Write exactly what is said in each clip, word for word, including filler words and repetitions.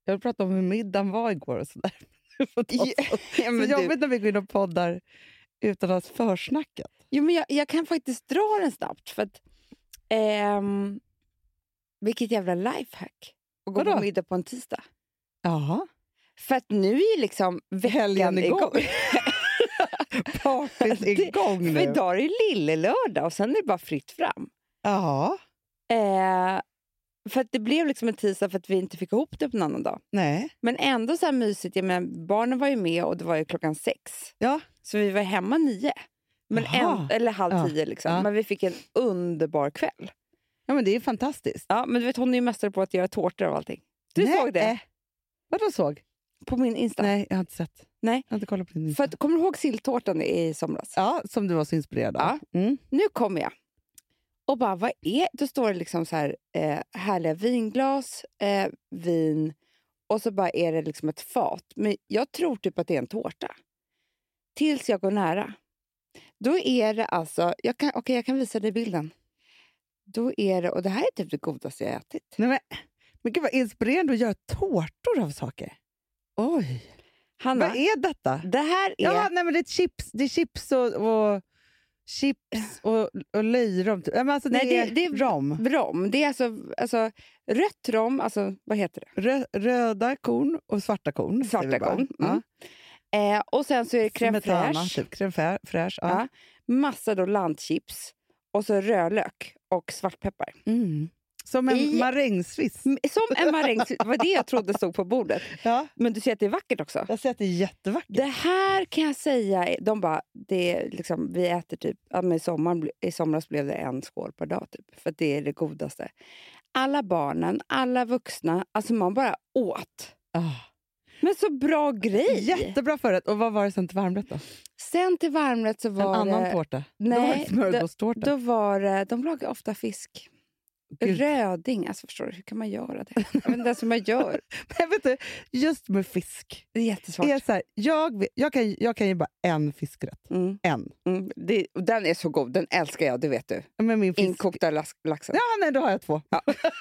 Jag vill prata om hur middagen var igår och sådär. Ja, så men jag du- vet när vi går in och poddar utan att ha försnackat. Jo, men jag, jag kan faktiskt dra den snabbt. För att, ehm, vilket jävla lifehack. Att gå Vadå? på middag på en tisdag. Jaha. För att nu är ju liksom veckan Helgen igång. Partyt igång För nu. idag är det lillelördag och sen är det bara fritt fram. Ja. Eh, för att det blev liksom en tisdag för att vi inte fick ihop det på en annan dag. Nej. Men ändå så här mysigt. Jag menar, barnen var ju med och det var ju klockan sex. Ja. Så vi var hemma nio. Men Jaha. en, eller halv Ja. tio liksom. Ja. Men vi fick en underbar kväll. Ja, men det är fantastiskt. Ja, men du vet, hon är ju mästare på att göra tårtor och allting. Du Nej. såg det? Äh. Vadå såg? På min Insta. Nej, jag har inte sett. Nej. Jag har inte kollat på din För Insta. att, kommer du ihåg silltårtan i somras? Ja, som du var så inspirerad av. Ja. Mm. Nu kommer jag. Och bara, vad är... Då står det liksom så här eh, härliga vinglas, eh, vin och så bara är det liksom ett fat. Men jag tror typ att det är en tårta. Tills jag går nära. Då är det alltså... Jag kan, okej, jag kan visa dig bilden. Då är det... Och det här är typ det godaste jag ätit. Nej, men, men gud vad inspirerande att göra tårtor av saker. Oj. Hanna, Vad är detta? det här är... Ja, nej, men det är chips, det är chips och, och chips och, och löjrom. Ja, men alltså, det, Nej, är det- det är- rom. Rom. Det är alltså, alltså rött rom, alltså vad heter det? Rö, röda korn och svarta korn. säger vi Svarta bara. korn. Ja. Mm. Eh, och sen så är det crème Smetana, fraîche. typ. Crème frä- fraîche. Ja. Ja. Massa då landchips. Och så rödlök och svartpeppar. Mm. Som en I- marängsviss. M- Som en maräng. Det var det jag trodde stod på bordet. Ja, Men du ser att det är vackert också. jag ser att det är jättevackert. Det här kan jag säga, är- de bara, det är liksom, vi äter typ, ja, men i, sommar, i somras blev det en skål per dag typ. För att det är det godaste. Alla barnen, alla vuxna, alltså man bara åt. Ah. Men så bra grej! Jättebra förrätt. Och vad var det sen till varmrätt då? Sen till varmrätt så En var annan det... tårta? Då var det Nej, smörgåstårta. Då var det, de lagar ofta fisk. Gud. Röding, alltså förstår du, hur kan man göra det? Jag vet inte ens hur man gör. Men vet du, just med fisk. Det är jättesvårt. Är så här, jag, vet- jag, kan, jag kan ju bara en fiskrätt. Mm, En. mm. Det, och den är så god, den älskar jag, det vet du. Men min fisk... Inkokta lax, laxen. Ja, nej, då har jag två. Ja.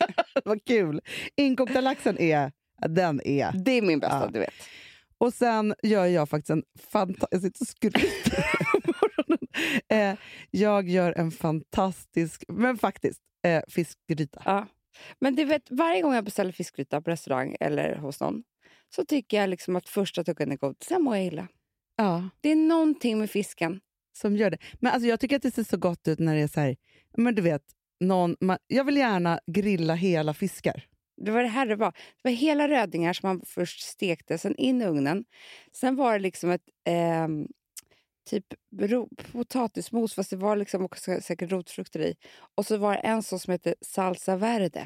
Vad kul. Inkokta laxen är... Den är... Det är min bästa, Ja. du vet. Och sen gör jag faktiskt en fantastisk... Jag sitter och skryter på morgonen. Eh, jag gör en fantastisk, men faktiskt, eh, fiskgryta. Ja. Men du vet, varje gång jag beställer fiskgryta på restaurang eller hos någon så tycker jag liksom att första tuggan är god, sen mår jag illa. Ja, Det är någonting med fisken. som gör det. Men alltså, jag tycker att det ser så gott ut när det är så här... Men du vet, någon, man, jag vill gärna grilla hela fiskar. Det var det här det var. Det var hela rödingar som man först stekte, sen in i ugnen. Sen var det liksom ett ehm, typ ro, potatismos, fast det var liksom också säkert rotfrukter i. Och så var det en sån som heter salsa verde.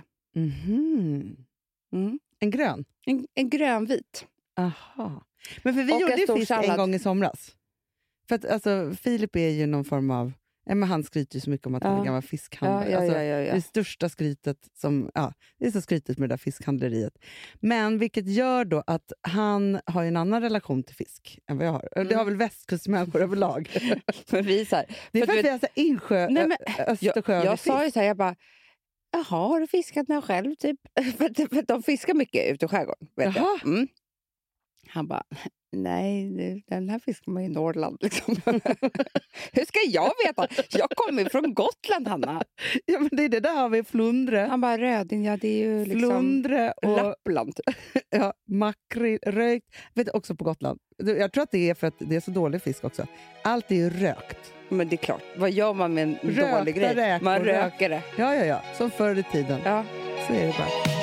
Mhm. Mm. En grön? En, en grönvit. Aha. Men för vi Och en gjorde ju stor fisk en sallad. gång i somras. För att alltså, Filip är ju någon form av... Ja, men han skryter ju så mycket om att han är Ja. gammal Ja, fiskhandlare. ja, Alltså, ja, ja, ja. Det största skrytet som... Ja, det är så skrytet med det där fiskhandleriet. Men vilket gör då att han har ju en annan relation till fisk än vad jag har. Mm. Det har väl västkustmänniskor överlag. Men vi så här, Det är för för att att du vi har så här insjö... Nej, men Ö- Östersjö jag, jag fisk. sa ju så här, jag bara, jaha, har du fiskat med själv typ? för, att, för att de fiskar mycket ute i skärgården, vet Jaha. jag. Mm. Han bara, nej, det- den här fiskar man i Norrland. Liksom. Hur ska jag veta? Jag kommer ju från Gotland, Hanna. Ja, men det är det. Där har vi flundre. Han bara, röding, ja det är ju liksom Flundre och Lappland. ja, makrill, rökt. Vet du, också på Gotland. Du, Jag tror att det är för att det är så dålig fisk också. Allt är ju rökt. Men det är klart, vad gör man med en Rökta dålig grej? räkor, Man rök- röker det. Ja, ja, ja. Som förr i tiden. Ja. Så är det bara.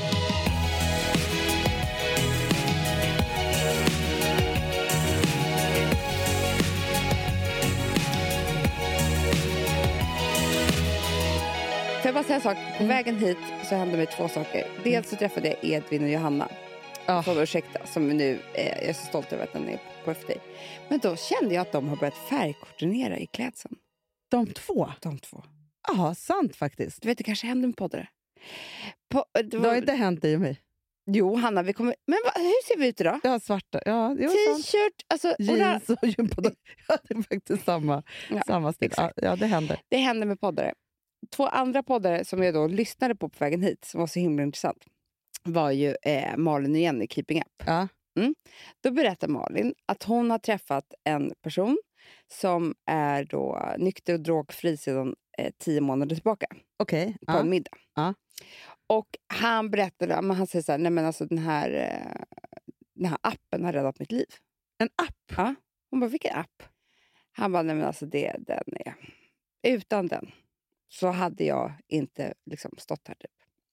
Får jag bara säga en sak? På Mm. vägen hit så hände mig två saker. Dels så träffade jag Edvin och Johanna. Ja. Får ursäkta, som nu, eh, jag är så stolt över att den är på F D. Men då kände jag att de har börjat färgkoordinera i klädseln. De två? De två. Ja, sant faktiskt. Du vet, det kanske händer med poddare. På, det Det var, har inte hänt dig och mig. Jo, Hanna, vi kommer... Men va, hur ser vi ut idag? Jag har svarta. Ja, det var sant. T-shirt, alltså... orange. Jeans och gympadojor. Ja, det är faktiskt samma, Ja, samma stil. Ja, exakt. ja, det händer. Det händer med poddare. Två andra poddare som jag då lyssnade på på vägen hit, som var så himla intressant. var ju eh, Malin och Jenny Keeping Up. Ja. Mm. Då berättar Malin att hon har träffat en person som är då nykter och drogfri sedan eh, tio månader tillbaka. Okej. På Ja. en middag. Ja. Och han berättade, men han säger så här, nej men alltså den här, eh, den här appen har räddat mitt liv. En app? Ja. Hon bara, vilken app? Han bara, nej men alltså det, den är, utan den så hade jag inte liksom stått här typ.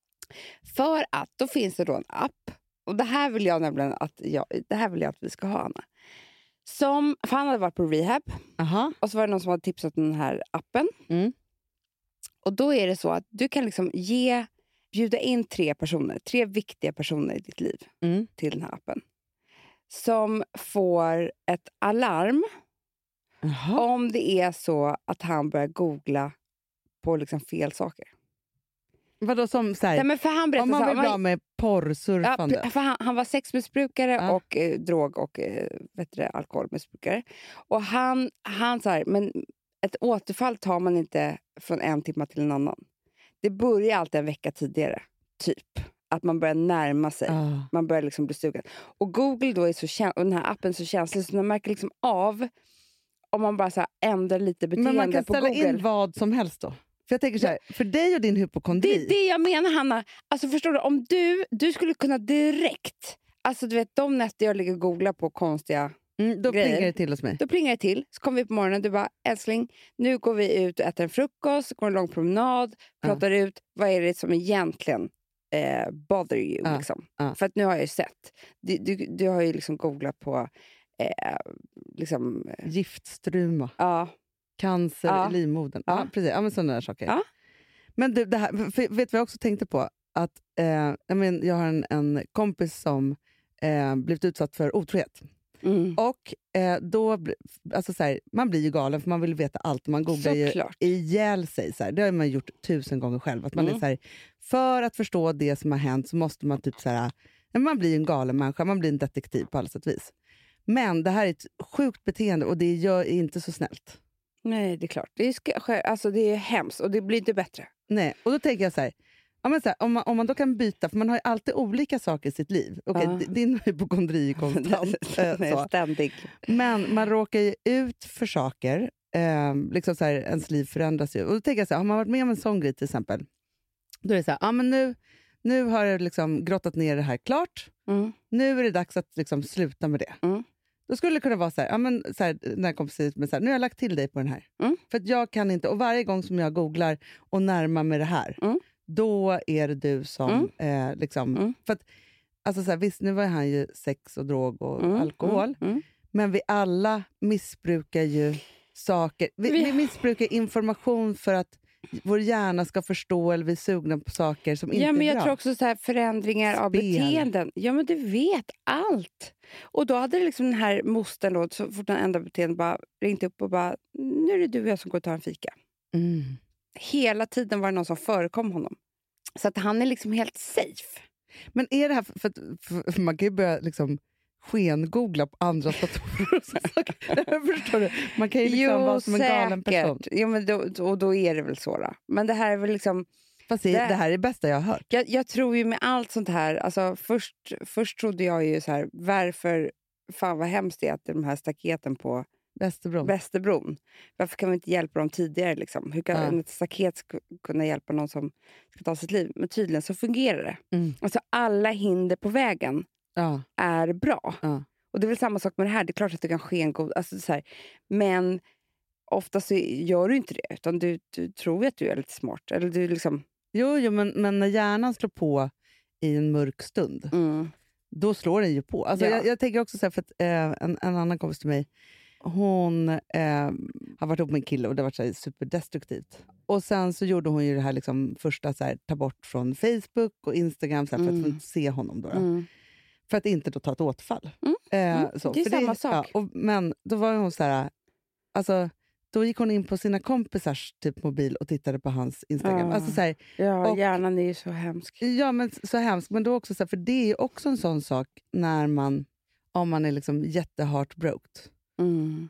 För att då finns det då en app, och det här vill jag nämligen att, jag, det här vill jag att vi ska ha, Anna. Som, för han hade varit på rehab. Aha. Och så var det någon som hade tipsat om den här appen. Mm. Och då är det så att du kan liksom ge, bjuda in tre personer, tre viktiga personer i ditt liv Mm. till den här appen. Som får ett alarm Jaha. om det är så att han börjar googla på liksom fel saker. Vadå som så här, Nej, men för han berättar om man så här, blir om bra man- med porrsurfande? Ja, för han, han var sexmissbrukare Ja. och eh, drog och eh, vet du det, alkoholmissbrukare. Och han, han så här, men ett återfall tar man inte från en timme till en annan. Det börjar alltid en vecka tidigare, typ. Att man börjar närma sig. Ah. Man börjar liksom bli stugen. Och Google då är så käns- och den här appen är så känslig så den märker liksom av om man bara så här ändrar lite beteende Men man kan på ställa Google. in vad som helst då? För jag tänker så här, för dig och din hypokondri. Det är det jag menar, Hanna. Alltså förstår du, om du, du skulle kunna direkt, alltså du vet de nätter jag ligger och googlar på konstiga, mm, då grejer. plingar det till hos mig. då plingar det till, så kommer vi på morgonen, du bara, älskling, nu går vi ut och äter en frukost, går en lång promenad, pratar ut, vad är det som egentligen eh, bother you Ja, liksom. ja. För att nu har jag ju sett, du, du, du har ju liksom googlat på eh, liksom, eh, Giftstruma, ja, cancer Ja. i livmodern. Ja. Ja. Precis. Ja, men sådana där saker. Ja. Men du, det här, för, vet du vad jag också tänkte på? Att, eh, jag, men, jag har en, en kompis som eh, blivit utsatt för otrohet. mm. Och eh, då, bli- alltså så här, man blir ju galen för man vill veta allt. Man googlar ju Såklart. ihjäl sig. Så här. Det har man gjort tusen gånger själv. Att man Mm. är så här, för att förstå det som har hänt så måste man typ så här, men man blir en galen människa, man blir en detektiv på alla sätt och vis. Men det här är ett sjukt beteende och det gör inte så snällt. Nej, det är klart. Det är, ska- alltså, det är hemskt och det blir inte bättre. Nej, och då tänker jag så här, ja, men så här om, man, om man då kan byta, för man har ju alltid olika saker i sitt liv. Okej, Ja. d- din hypokondri är konstant. eh, Den är så. ständig. Men man råkar ju ut för saker, eh, liksom så här, ens liv förändras ju. Och då tänker jag så här, har man varit med om en sån grej till exempel, då är det så här, ja, men nu, nu har jag liksom grottat ner det här klart. Mm. Nu är det dags att liksom sluta med det. Mm. Då skulle det kunna vara så här, ja, men så här, den här kompisen med så här, nu har jag lagt till dig på den här. Mm. För att jag kan inte, och varje gång som jag googlar och närmar mig det här, Mm. då är det du som eh, liksom... Mm. För att, alltså så här, visst, nu var han ju sex och drog och Mm. alkohol, Mm. Mm. men vi alla missbrukar ju saker. Vi, Vi- vi missbrukar information för att vår hjärna ska förstå, eller vi är sugna på saker som inte Ja, men är jag bra. tror också så här förändringar av Spel. beteenden. Ja, men du vet allt. Och då hade liksom den här mostern då, så fort han ändrade beteende, bara ringt upp och bara, nu är det du och jag som går och tar en fika. Mm. Hela tiden var det någon som förekom honom. Så att han är liksom helt safe. Men är det här, för, för, för man kan ju börja liksom skengoogla på andra datorer och såna saker. Förstår du? Man kan ju liksom vara som en galen person. Jo, men då, och då är det väl så då. Men det här är väl liksom, Fast det, Det- det här är det bästa jag har hört. jag, jag tror ju med allt sånt här, alltså först, först trodde jag ju så här, varför, fan vad hemskt det är att de här staketen på Västerbron. Västerbron, varför kan vi inte hjälpa dem tidigare liksom? Hur kan Ja. ett staket sk- kunna hjälpa någon som ska ta sitt liv? Men tydligen så fungerar det. Mm. Alltså alla hinder på vägen Ja, är bra. ja. Och det är väl samma sak med det här. Det är klart att du kan skengod, alltså så här, men ofta så gör du inte det, utan du, du tror att du är lite smart. Eller du liksom, Jo, jo men, men när hjärnan slår på i en mörk stund, mm, då slår den ju på. Alltså, Ja. jag, jag tänker också så här, för att eh, en, en annan kompis till mig, hon eh, har varit ihop med en kille och det har varit så här superdestruktivt. Och sen så gjorde hon ju det här liksom, första så här, ta bort från Facebook och Instagram så här, för Mm. att få inte se honom. Då, då. mm, För att inte då ta ett återfall. Mm. Eh, Mm. så. Det är För samma sak. Ja, och, men då var hon så här, alltså, då gick hon in på sina kompisars typ, mobil och tittade på hans Instagram. Ja. Alltså, så här, ja, Och- hjärnan är ju så hemsk. ja, men så hemskt. Men då också så här, för det är ju också en sån sak när man, om man är liksom jätteheartbroked, Mm,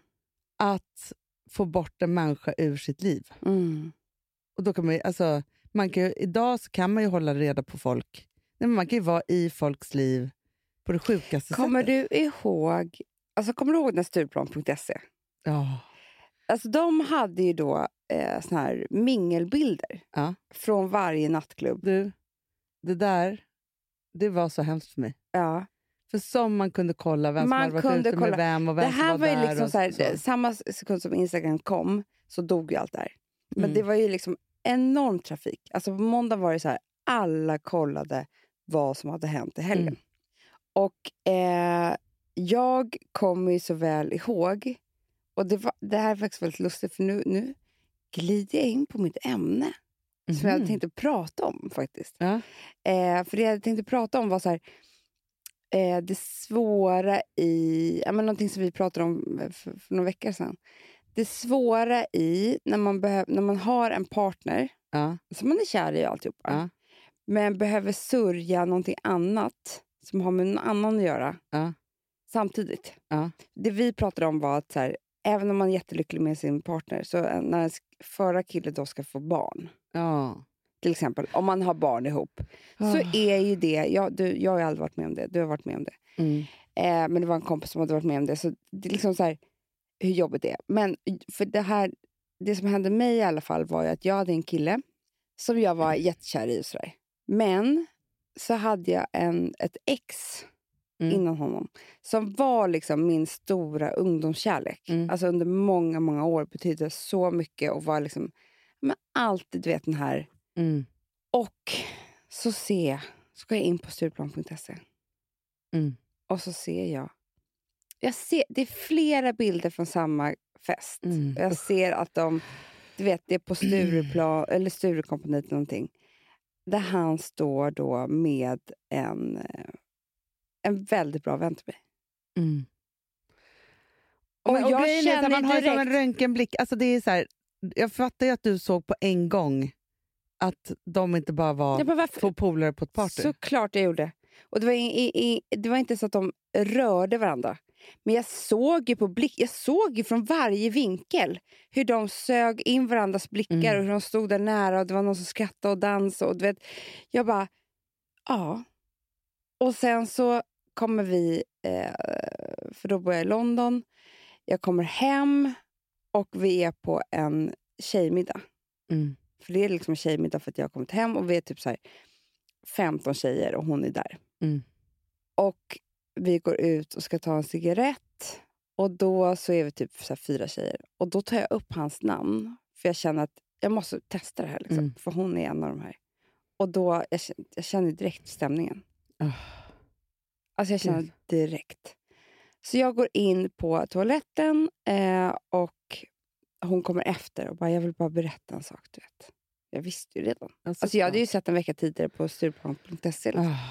att få bort en människa ur sitt liv. mm, Och då kan man ju, alltså, man kan ju, idag så kan man ju hålla reda på folk Nej, men man kan ju vara i folks liv på det sjukaste Kommer sättet. du ihåg, alltså kommer du ihåg när Stureplan punkt se? Ja. Alltså de hade ju då eh, såna här mingelbilder Ja. från varje nattklubb. Du, det där, det var så hemskt för mig. Ja. För som man kunde kolla vem som Man hade varit kunde ute kolla. med vem och vem Det som här var var ju där. liksom och så här, så. samma sekund som Instagram kom så dog ju allt där. Men Mm. det var ju liksom enorm trafik. Alltså på måndag var det så här, alla kollade vad som hade hänt i helgen. Mm. Och eh, jag kommer ju så väl ihåg, och det, var, det här är faktiskt väldigt lustigt för nu, nu glider jag in på mitt ämne. Mhm. Som jag hade tänkt att prata om faktiskt. Ja. Eh, för det jag hade tänkt att prata om var så här, eh, det svåra i, ja, men någonting som vi pratade om för, för några veckor sedan. Det svåra i när man, behöv, när man har en partner Ja. som man är kär i och alltihopa. Ja. Men behöver sörja någonting annat som har med någon annan att göra Ja. samtidigt. Ja. Det vi pratade om var att så här, även om man är jättelycklig med sin partner, så när ens förra kille då ska få barn, Ja. till exempel, om man har barn ihop, så Ah. är ju det, jag, du, jag har ju aldrig varit med om det, du har varit med om det. Mm. Eh, men det var en kompis som hade varit med om det, så det är liksom så här, hur jobbigt det är. Men för det här, det som hände mig i alla fall var ju att jag hade en kille som jag var jättekär i och sådär. Men så hade jag en, ett ex Mm. innan honom som var liksom min stora ungdomskärlek. Mm. Alltså under många, många år betydde så mycket och var liksom, men alltid, du vet, den här. Mm. Och så ser jag, så går jag in på Stureplan punkt se Mm. och så ser jag, jag ser, det är flera bilder från samma fest. Mm. Jag ser att de, du vet, det är på Stureplan eller Sturekompaniet eller någonting. Där han står då med en, en väldigt bra vän till mig. Mm. Och Men, och jag grejen är att känner man har ju som en direkt- röntgenblick. Alltså det är så här, jag fattar ju att du såg på en gång att de inte bara var Jag bara, varför? två polare på ett party. Såklart jag gjorde. Och det var, i, i, i, det var inte så att de rörde varandra. Men jag såg ju på blick, jag såg ju från varje vinkel hur de sög in varandras blickar Mm. och hur de stod där nära och det var någon som skrattade och dansade och du vet, jag bara, ja. Och sen så kommer vi, eh, för då bor jag i London, jag kommer hem och vi är på en tjejmiddag. Mm. För det är liksom en tjejmiddag för att jag har kommit hem och vi är typ så här femton tjejer och hon är där. Mm. Och vi går ut och ska ta en cigarett och då så är vi typ så här fyra tjejer. Och då tar jag upp hans namn för jag känner att jag måste testa det här liksom, Mm. för hon är en av de här. Och då, jag, känner- jag känner direkt stämningen. Oh. Alltså jag känner Gud. direkt. Så jag går in på toaletten eh, och hon kommer efter och bara, jag vill bara berätta en sak, du vet. Jag visste ju redan. Alltså, Alltså jag hade ju sett en vecka tidigare på Stureplan punkt se. Liksom. Oh.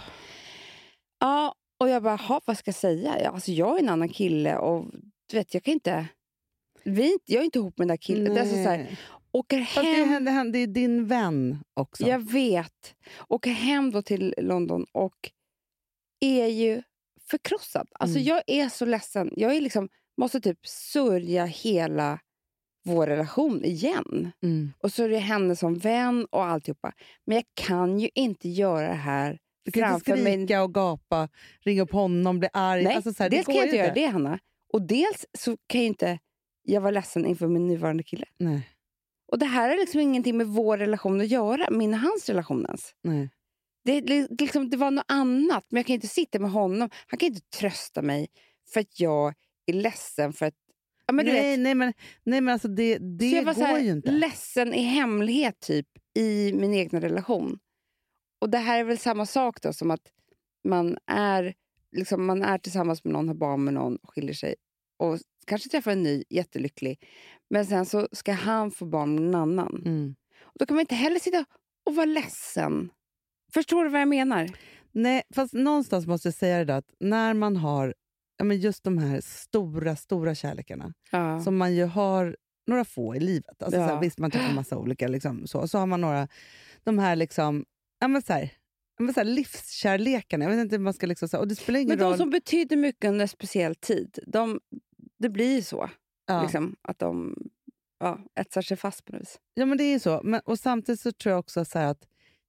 Ja, och jag bara, ha, vad ska jag säga? Ja, alltså jag är en annan kille och du vet, jag kan inte... Vi, jag är inte ihop med den där killen. Det är alltså så här, åker Fast det, hem... det, det är din vän också. Jag vet. Åker hem då till London och är ju förkrossad. Alltså Mm. jag är så ledsen. Jag är liksom, måste typ sörja hela vår relation igen. Mm. Och så är det henne som vän och alltihopa. Men jag kan ju inte göra det här Du kan inte framför skrika mig. och gapa, ringa upp honom, bli arg. Nej, alltså, så här, dels det kan jag går inte ju göra det, Hanna. Och dels så kan jag inte jag vara ledsen inför min nuvarande kille. Nej, Och det här har liksom ingenting med vår relation att göra. Min och hans relation ens. nej. Det, det, liksom, det var något annat. Men jag kan inte sitta med honom. Han kan inte trösta mig för att jag är ledsen för att... Ja, men du nej, vet, nej, men, nej, men alltså det, det så jag var går så här, ju inte. ledsen i hemlighet typ i min egna relation. Och det här är väl samma sak då som att man är, liksom, man är tillsammans med någon, har barn med någon, skiljer sig och kanske träffar en ny, jättelycklig. Men sen så ska han få barn med någon annan. Mm. Och då kan man inte heller sitta och vara ledsen. Förstår du vad jag menar? Nej, fast någonstans måste jag säga det där, att när man har ja, men just de här stora, stora kärlekarna Ja. som man ju har några få i livet. Alltså, Ja. så här, visst, man träffar massa olika, liksom, så, så har man några, de här liksom, ja, men så här, ja, men så här livskärlekarna. Jag vet inte hur man ska liksom, så här, och det spelar ingen Men de roll. som betyder mycket under en speciell tid, de, det blir ju så. ja. Liksom, att de ja, etsar sig fast på något vis. ja, men det är ju så. Men, och samtidigt så tror jag också så här att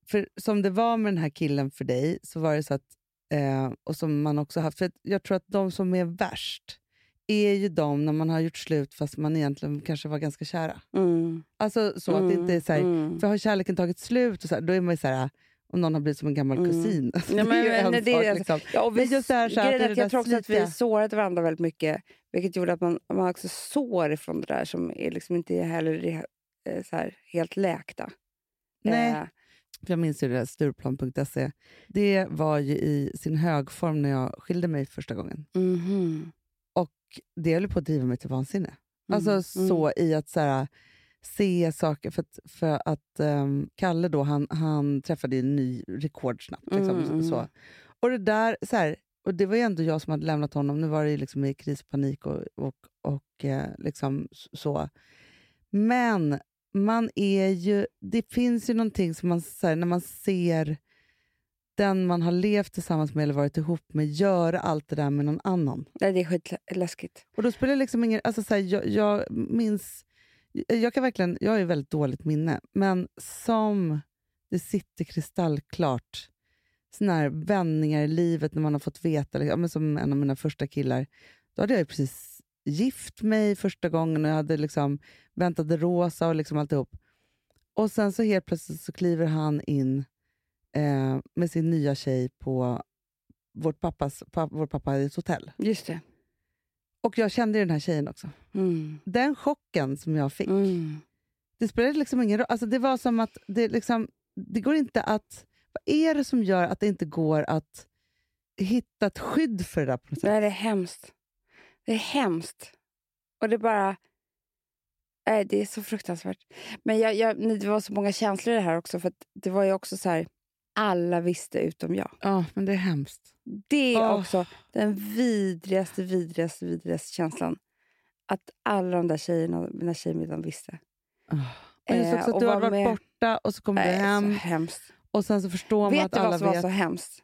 för som det var med den här killen för dig, så var det så att, eh, och som man också haft, för jag tror att de som är värst är ju de när man har gjort slut fast man egentligen kanske var ganska kära. Mm. Alltså så mm. att det inte är så här, mm. för har kärleken tagit slut och så här, då är man ju så här, om någon har blivit som en gammal Mm. kusin. Alltså, ja, men, det är ju men, en det sak är, liksom. Ja, och vi, just det här, så här, grejen är det att jag där tror också att vi slitiga. sårade varandra väldigt mycket. Vilket gjorde att man, man också sår ifrån det där som är liksom inte heller eh, så här, helt läkta. Nej, Eh, för jag minns ju det där Stureplan punkt se. Det var ju i sin högform när jag skilde mig första gången. mhm. Och det höll på att driva mig till vansinne. Mm, Alltså så i att så här, se saker. För att, för att um, Kalle då, han, han träffade ju en ny rekordsnabbt. Liksom, Mm, mm. så. Och det där, så här, och det var ju ändå jag som hade lämnat honom. Nu var det ju liksom i krispanik och, och, och eh, liksom så. Men man är ju, det finns ju någonting som man, så här, när man ser den man har levt tillsammans med eller varit ihop med göra allt det där med någon annan. Nej, det är skitläskigt. Och då spelar det liksom ingen... Alltså så här, jag, jag minns... Jag kan verkligen... Jag har ju väldigt dåligt minne. Men som det sitter kristallklart såna här vändningar i livet när man har fått veta, liksom, ja, men som en av mina första killar, då hade jag ju precis gift mig första gången och jag hade liksom väntade rosa och liksom alltihop. Och sen så helt plötsligt så kliver han in eh, med sin nya tjej på vårt pappas, pa, vår pappa hade ett hotell. Just det. Och jag kände ju den här tjejen också. Mm. Den chocken som jag fick, Mm. det spelade liksom ingen roll. Alltså det var som att det, liksom, det går inte att... Vad är det som gör att det inte går att hitta ett skydd för det där på något sätt? Nej, det är hemskt. Det är hemskt. Och det är bara... Nej, det är så fruktansvärt. Men jag, jag, det var så många känslor i det här också. För att det var ju också så här... Alla visste utom jag. Ja, men det är hemskt. Det är Oh. också den vidrigaste, vidrigaste, vidrigaste känslan. Att alla de där tjejerna, mina tjejmiddagen visste. Oh. Och just också Eh, att du och har var varit med... borta och så kommer du Nej, hem. så hemskt. Och sen så förstår man Vet att du alla vad som vet. var så hemskt?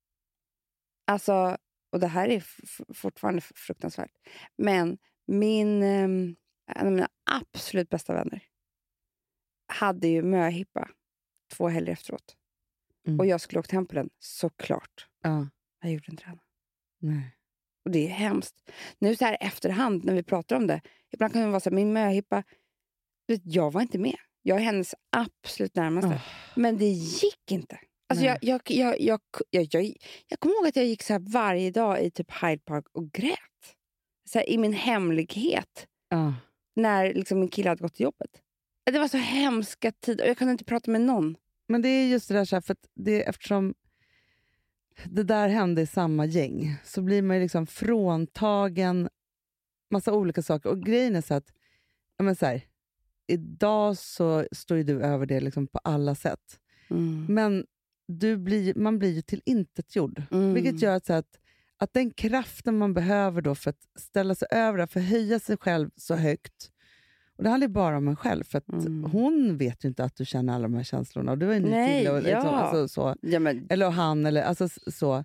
Alltså, och det här är f- fortfarande fruktansvärt. Men min, eh, en av mina absolut bästa vänner hade ju möhippa två helger efteråt. Mm. Och jag skulle åkt hem på den, såklart. Ja. Jag gjorde inte det. Nej. Och det är hemskt. Nu så här efterhand, när vi pratar om det. Ibland kan det vara så här, min möhippa, jag var inte med. Jag är hennes absolut närmaste. Oh. Men det gick inte. Alltså jag, jag, jag, jag, jag, jag, jag kommer ihåg att jag gick så här varje dag i typ Hyde Park och grät. Så här, i min hemlighet. Ja. När liksom min kille hade gått till jobbet. Det var så hemska tider. Jag kunde inte prata med någon. Men det är just det där, så här, för att det, eftersom det där hände i samma gäng, så blir man ju liksom fråntagen massa olika saker. Och grejen är så att, ja, men så här, idag så står ju du över det liksom på alla sätt. Mm. Men du blir, man blir ju till intetgjord. Mm. Vilket gör att, så att, att den kraften man behöver då för att ställa sig över det, för att höja sig själv så högt. Och det handlar ju bara om en själv. För att Mm. hon vet ju inte att du känner alla de här känslorna. Och du är en ny Nej, kille. Och, ja. liksom, alltså, så. Ja, men, Eller han, eller alltså så.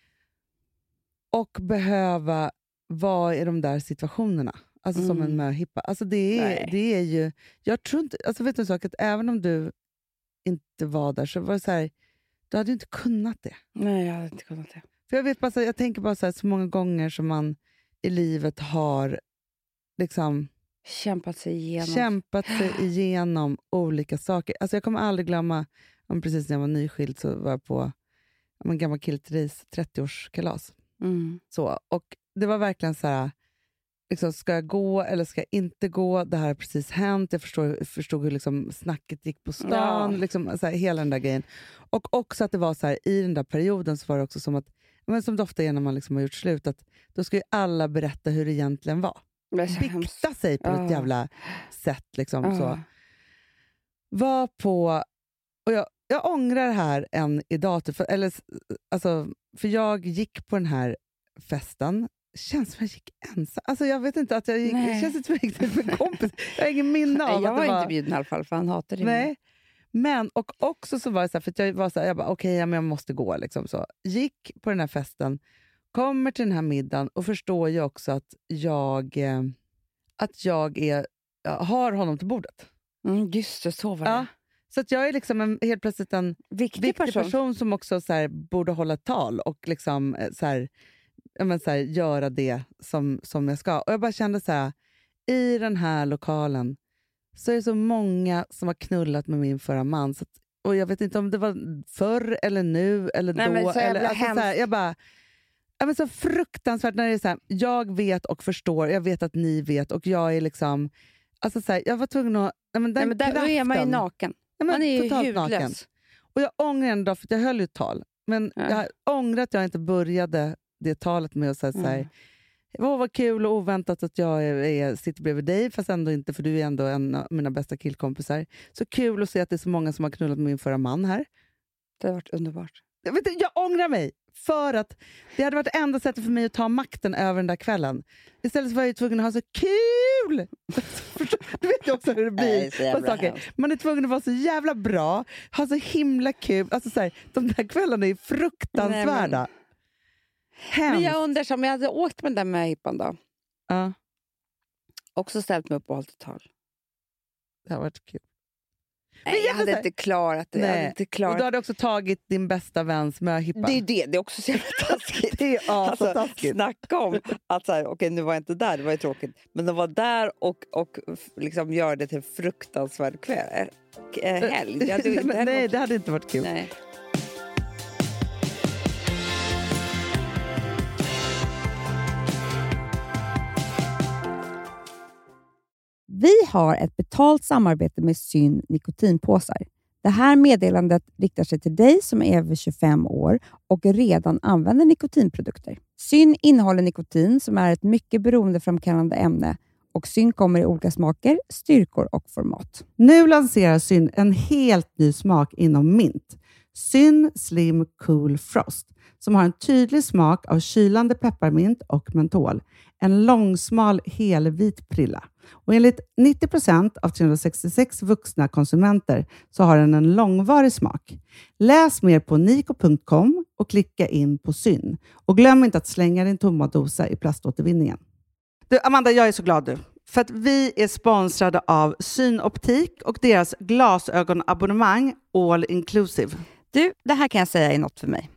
Och behöva vara i de där situationerna. Alltså som Mm. en möhippa. Alltså det är, Nej. det är ju... Jag tror inte... Alltså vet du en sak? Att även om du inte var där så var det så här... Du hade ju inte kunnat det. nej, jag hade inte kunnat det. För jag vet bara så, jag tänker bara så här, så många gånger som man i livet har liksom Kämpat sig igenom. kämpat sig igenom olika saker. Alltså jag kommer aldrig glömma, om precis när jag var nyskild så var jag på en gammal kille till Ris trettioårskalas. Mm. Så, och det var verkligen så här, liksom, ska jag gå eller ska jag inte gå? Det här har precis hänt. Jag förstod, förstod hur liksom snacket gick på stan. Ja. Liksom, så här, hela den där grejen. Och också att det var så här, i den där perioden så var det också som att, men som det ofta är när man liksom har gjort slut, att då ska ju alla berätta hur det egentligen var. Det är så hemskt. Bikta sig på Ja. ett jävla sätt. Liksom, Ja. så. Var på... Och jag, jag ångrar det här än idag. Typ, för, eller, alltså, för jag gick på den här festen. Känns som jag gick ensam. Alltså, jag vet inte, att jag gick, det känns inte som jag gick dit med kompis. Jag har ingen minne av Nej, jag att det var var... inte bjuden i alla fall, för han hatade det. Nej. Men, och också så var det så här, för att jag var så här, jag bara, okej, okay, ja, men jag måste gå. Liksom, så. Gick på den här festen, kommer till den här middagen och förstår ju också att jag, eh, att jag är, jag har honom till bordet. Mm, just det, så var det. Ja. Så att jag är liksom en, helt plötsligt en Viktig, viktig person. person som också så här, borde hålla tal och liksom, eh, så här, ja, men, så här, göra det som, som jag ska. Och jag bara kände så här, i den här lokalen så är det så många som har knullat med min förra man. Så att, och jag vet inte om det var förr eller nu eller Nej, då. men så eller, jävla alltså, så här, jag bara... Ja, men så fruktansvärt när det är så här, jag vet och förstår, jag vet att ni vet och jag är liksom, alltså så här, jag var tvungen att, ja, men den Nej, men där kraften, är man ju naken. ja, men Man är ju totalt hudlös. naken. Och jag ångrar ändå, för jag höll ju ett tal, men Ja. jag ångrar att jag inte började det talet med att säga Mm. så här, åh vad kul och oväntat att jag är, är, sitter bredvid dig, fast ändå inte, för du är ändå en av mina bästa killkompisar. Så kul att se att det är så många som har knullat med min förra man här. Det har varit underbart. Jag, vet, inte, jag ångrar mig, för att det hade varit enda sättet för mig att ta makten över den där kvällen. Istället så var jag tvungen att ha så kul! Du vet ju också hur det blir. Nej, på saker. Man är tvungen att vara så jävla bra, ha så himla kul. Alltså, så här, de där kvällarna är fruktansvärda. Nej, Hemskt. Men jag undrar, om jag hade åkt med den där med hippan då, Ja, också ställt mig upp och hållit ett tal. det har varit kul. Nej, jag jag hade säga- inte klarat det. Jag hade Nej. inte Och klarat. du hade också tagit din bästa väns möhippa. Det är det, det är också så jävla taskigt. Det är ja, Alltså, så taskigt. snacka om att så här, okej, nu var jag inte där, det var ju tråkigt. Men de var där och, och f- liksom gör det till en fruktansvärd kväll. Äh, helg. Det hade ju inte Men heller nej, varit- det hade inte varit kul. Nej. Vi har ett betalt samarbete med Syn nikotinpåsar. Det här meddelandet riktar sig till dig som är över tjugofem år och redan använder nikotinprodukter. Syn innehåller nikotin som är ett mycket beroendeframkallande ämne och Syn kommer i olika smaker, styrkor och format. Nu lanserar Syn en helt ny smak inom mint. Syn Slim Cool Frost, som har en tydlig smak av kylande pepparmint och mentol. En långsmal helvit prilla. Och enligt nittio procent av trehundrasextiosex vuxna konsumenter så har den en långvarig smak. Läs mer på niko punkt com och klicka in på Syn. Och glöm inte att slänga din tomma dosa i plaståtervinningen. Du, Amanda, jag är så glad du. För att vi är sponsrade av Synoptik och deras glasögonabonnemang All Inclusive. Du, det här kan jag säga är något för mig.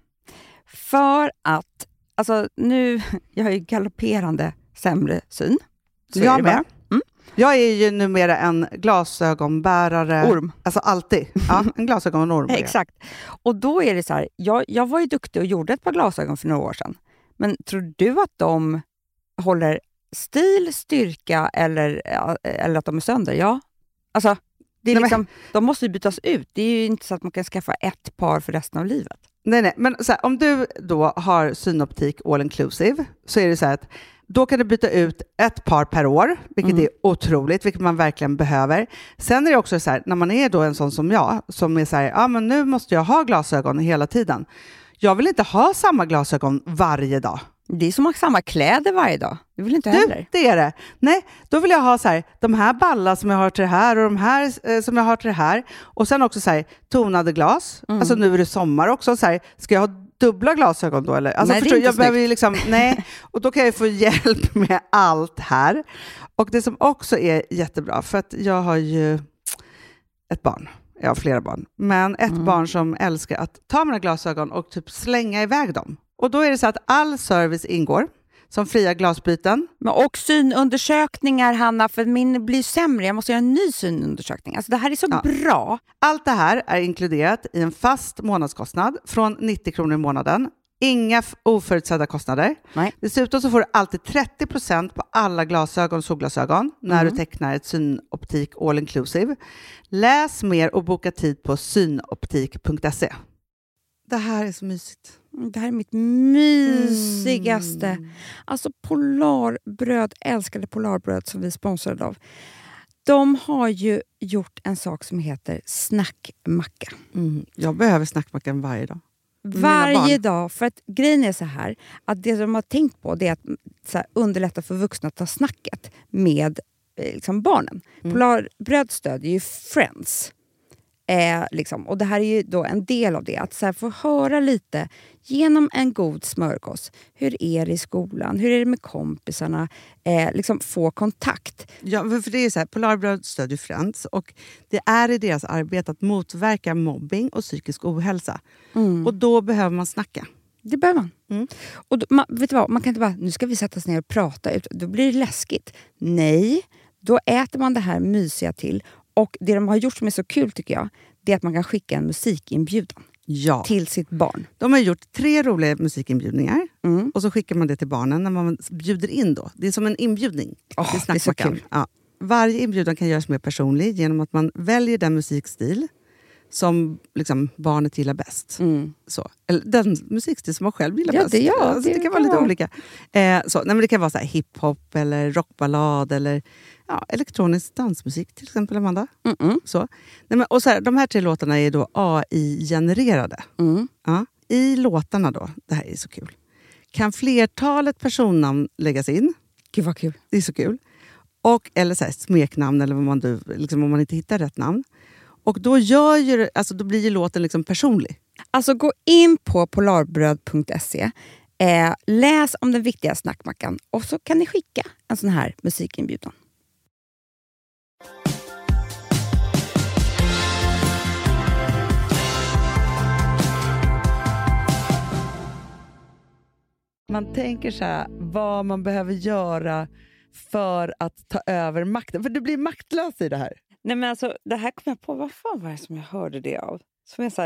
För att, alltså nu, jag har ju galopperande sämre syn. Så Jag är det med. bara. Mm. Jag är ju numera en glasögonbärare. Orm. Alltså alltid. Ja, en glasögonorm. är jag. Exakt. Och då är det så här, jag, jag var ju duktig och gjorde ett par glasögon för några år sedan. Men tror du att de håller stil, styrka eller, eller att de är sönder? Ja. Alltså, det är Nej, liksom, de måste ju bytas ut. Det är ju inte så att man kan skaffa ett par för resten av livet. Nej, nej. Men så här, om du då har Synoptik All Inclusive så är det så här att då kan du byta ut ett par per år, vilket Mm. är otroligt, vilket man verkligen behöver. Sen är det också så här, när man är då en sån som jag, som är så här, ja men nu måste jag ha glasögon hela tiden. Jag vill inte ha samma glasögon varje dag. Det är som att ha samma kläder varje dag. Det vill inte Du, heller. det är det. Nej, då vill jag ha så här, de här ballar som jag har till det här och de här eh, som jag har till det här. Och sen också så här, tonade glas. Mm. Alltså nu är det sommar också. Så här, ska jag ha dubbla glasögon då? Eller? Alltså, Nej, det är förstår, inte jag behöver ju liksom, nej. Och då kan jag få hjälp med allt här. Och det som också är jättebra, för att jag har ju ett barn. Jag har flera barn. Men ett Mm. barn som älskar att ta mina glasögon och typ slänga iväg dem. Och då är det så att all service ingår. Som fria glasbyten. Men och synundersökningar, Hanna, för min blir sämre. Jag måste göra en ny synundersökning. Alltså det här är så Ja. bra. Allt det här är inkluderat i en fast månadskostnad från nittio kronor i månaden. Inga f- oförutsedda kostnader. Nej. Dessutom så får du alltid trettio procent på alla glasögon och solglasögon när Mm. du tecknar ett Synoptik All Inclusive. Läs mer och boka tid på synoptik punkt se. Det här är så mysigt. Det här är mitt mysigaste. Mm. Alltså Polarbröd, älskade Polarbröd som vi sponsrade av. De har ju gjort en sak som heter snackmacka. Mm. Jag behöver snackmackan varje dag. Mina Varje barn. dag. För att grejen är så här, att det de har tänkt på det är att så här, underlätta för vuxna att ta snacket med eh, liksom barnen. Mm. Polarbröd stödjer ju Friends. Eh, liksom. Och det här är ju då en del av det. Att så här, få höra lite genom en god smörgås. Hur är det i skolan? Hur är det med kompisarna? Eh, liksom få kontakt. Ja, för det är så här, Polarbröd stödjer Friends och det är i deras arbete att motverka mobbing och psykisk ohälsa. Mm. Och då behöver man snacka. Det behöver man. Mm. Och då, man, vet du vad? Man kan inte bara, nu ska vi sätta oss ner och prata. Ut. Då blir det läskigt. Nej, då äter man det här mysiga till. Och det de har gjort som är så kul tycker jag, det är att man kan skicka en musikinbjudan Ja. till sitt barn. De har gjort tre roliga musikinbjudningar Mm. och så skickar man det till barnen när man bjuder in då. Det är som en inbjudning. Oh, till det är så Snackmackan. kul. Ja. Varje inbjudan kan göras mer personlig genom att man väljer den musikstil som liksom barnet gillar bäst. Mm. Så. Eller den musikstil som man själv gillar Ja, bäst. det- ja, alltså, det, det kan kan vara lite vara. olika. Eh, så. Nej, men det kan vara så här hiphop eller rockballad eller ja, elektronisk dansmusik till exempel, Amanda. Mm-mm. Så. Nej, men, och så här, de här tre låtarna är då A I-genererade. Mm. Ja. I låtarna då, det här är så kul, kan flertalet personnamn läggas in. Gud vad kul. Det är så kul. Och, eller så här, smeknamn eller vad man, du, liksom, om man inte hittar rätt namn. Och då, gör ju, det- alltså, då blir ju låten liksom personlig. Alltså gå in på polarbröd punkt se, eh, läs om den viktiga snackmackan och så kan ni skicka en sån här musikinbjudan. Man tänker så här, vad man behöver göra för att ta över makten. För du blir maktlös i det här. Nej men alltså, det här kom jag på. Vad fan var det som jag hörde det av? Som jag så här,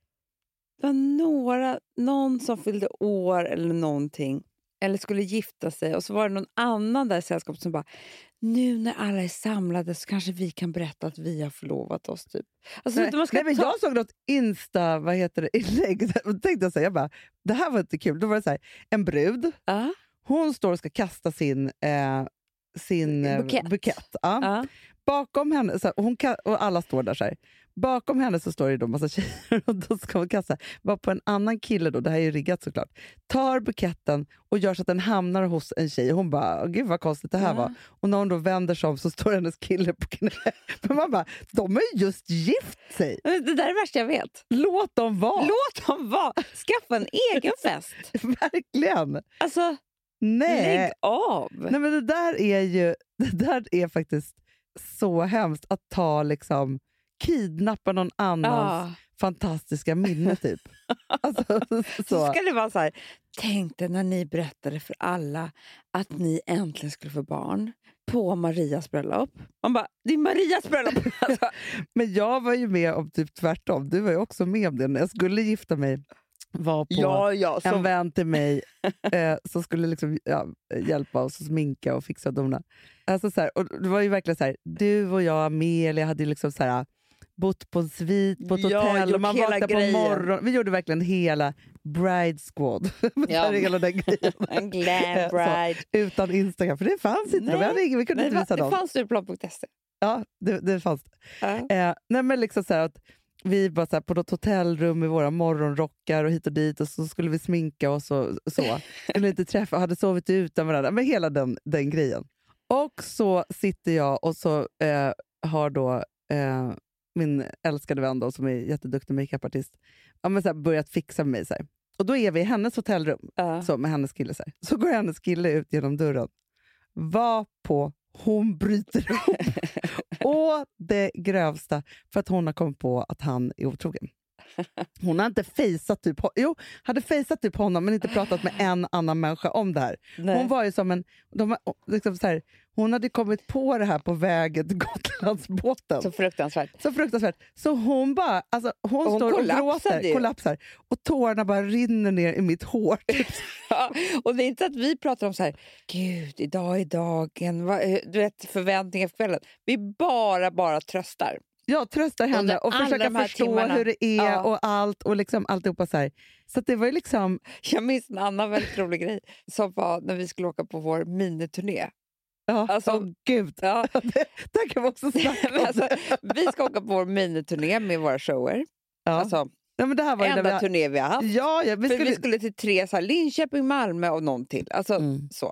det var några, någon som fyllde år eller någonting. Eller skulle gifta sig. Och så var det någon annan där i sällskapet som bara, nu när alla är samlade så kanske vi kan berätta att vi har förlovat oss. Typ. Alltså, Nej, man ska nej, men ta... jag såg något Insta, vad heter det, inlägg. Och tänkte jag säga, jag bara, det här var inte kul. Då var det så här, en brud. Ja, Hon står och ska kasta sin, eh, sin eh, Bukett. bukett. Ja. ja. Bakom henne, så här, hon ka- och alla står där så här. Bakom henne så står det då massa tjejer och då ska hon kasta. Var på en annan kille då, det här är ju riggat såklart, tar buketten och gör så att den hamnar hos en tjej. Hon bara, gud vad konstigt det här Ja. var. Och när hon då vänder sig om så står hennes kille på knä. Men man bara, de har ju just gift sig. Men det där är det värsta jag vet. Låt dem vara. Låt dem vara. Skaffa en egen fest. Verkligen. Alltså, Nej. lägg av. Nej, men det där är ju, det där är faktiskt så hemskt att ta liksom, kidnappa någon annans Ja. fantastiska minne typ. Alltså, Så så. ska det vara så här, tänk dig när ni berättade för alla att ni äntligen skulle få barn på Marias bröllop. Man bara, det är Marias bröllop! Alltså, Men jag var ju med om typ tvärtom. Du var ju också med om det. När jag skulle gifta mig var på ja, ja. en Så, vän till mig eh, som skulle liksom, ja, hjälpa oss att sminka och fixa och dona. Alltså, så här, och det var ju verkligen så här, du och jag, Amelia, hade ju liksom så här, bott på en svit på ett Ja, hotell gjort och man hela vaknade på grejen. morgonen. Vi gjorde verkligen hela bride squad. Ja. hela den grejen. en glam Så, bride. utan Instagram, för det fanns inte. Nej. Vi, hade ingen, vi kunde Nej, inte det, visa det dem. fanns Stureplan punkt se. Ja, det, det fanns det. Ja. Eh, nej, men liksom så här att vi bara så här, på något hotellrum i våra morgonrockar och hit och dit och så skulle vi sminka oss och så. Skulle inte träffa, hade sovit utan varandra. Men hela den, den grejen. Och så sitter jag och så eh, har då eh, min älskade vän då, som är jätteduktig makeupartist, ja, men så här, börjat fixa med mig. Så här. Och då är vi i hennes hotellrum Ja. så, med hennes kille. Så, här. Så går hennes kille ut genom dörren. Var på hon bryter ihop. Och det grövsta, för att hon har kommit på att han är otrogen. Hon har inte fejsat typ, jo, hade fejsat typ honom men inte pratat med en annan människa om det här. Nej. Hon var ju som en, de, liksom så här, hon hade kommit på det här på vägen till Gotlandsbåten. Så fruktansvärt. Så fruktansvärt. Så hon bara, alltså hon, Hon står och kollapsade gråter, ju. kollapsar. Och tårarna bara rinner ner i mitt hår. Ja, och det är inte att vi pratar om så här, gud, idag är dagen, vad, du vet, förväntningar för kvällen. Vi bara, bara tröstar. Jag tröstar henne Under och alla försöker de här förstå timmarna. hur det är Ja. och allt och liksom alltihopa så här. Så att det var ju liksom, Jag minns en annan väldigt rolig grej som var när vi skulle åka på vår miniturné. ja, Alltså- åh gud. Ja. det, där kan vi också snacka Men om. alltså, vi ska åka på vår miniturné med våra shower. ja. Alltså, Nej, men det här var ju när enda vi, turné vi har haft. ja, ja, vi För skulle, vi skulle till tre, så här, Linköping, Malmö och någon till. Alltså, Mm. så.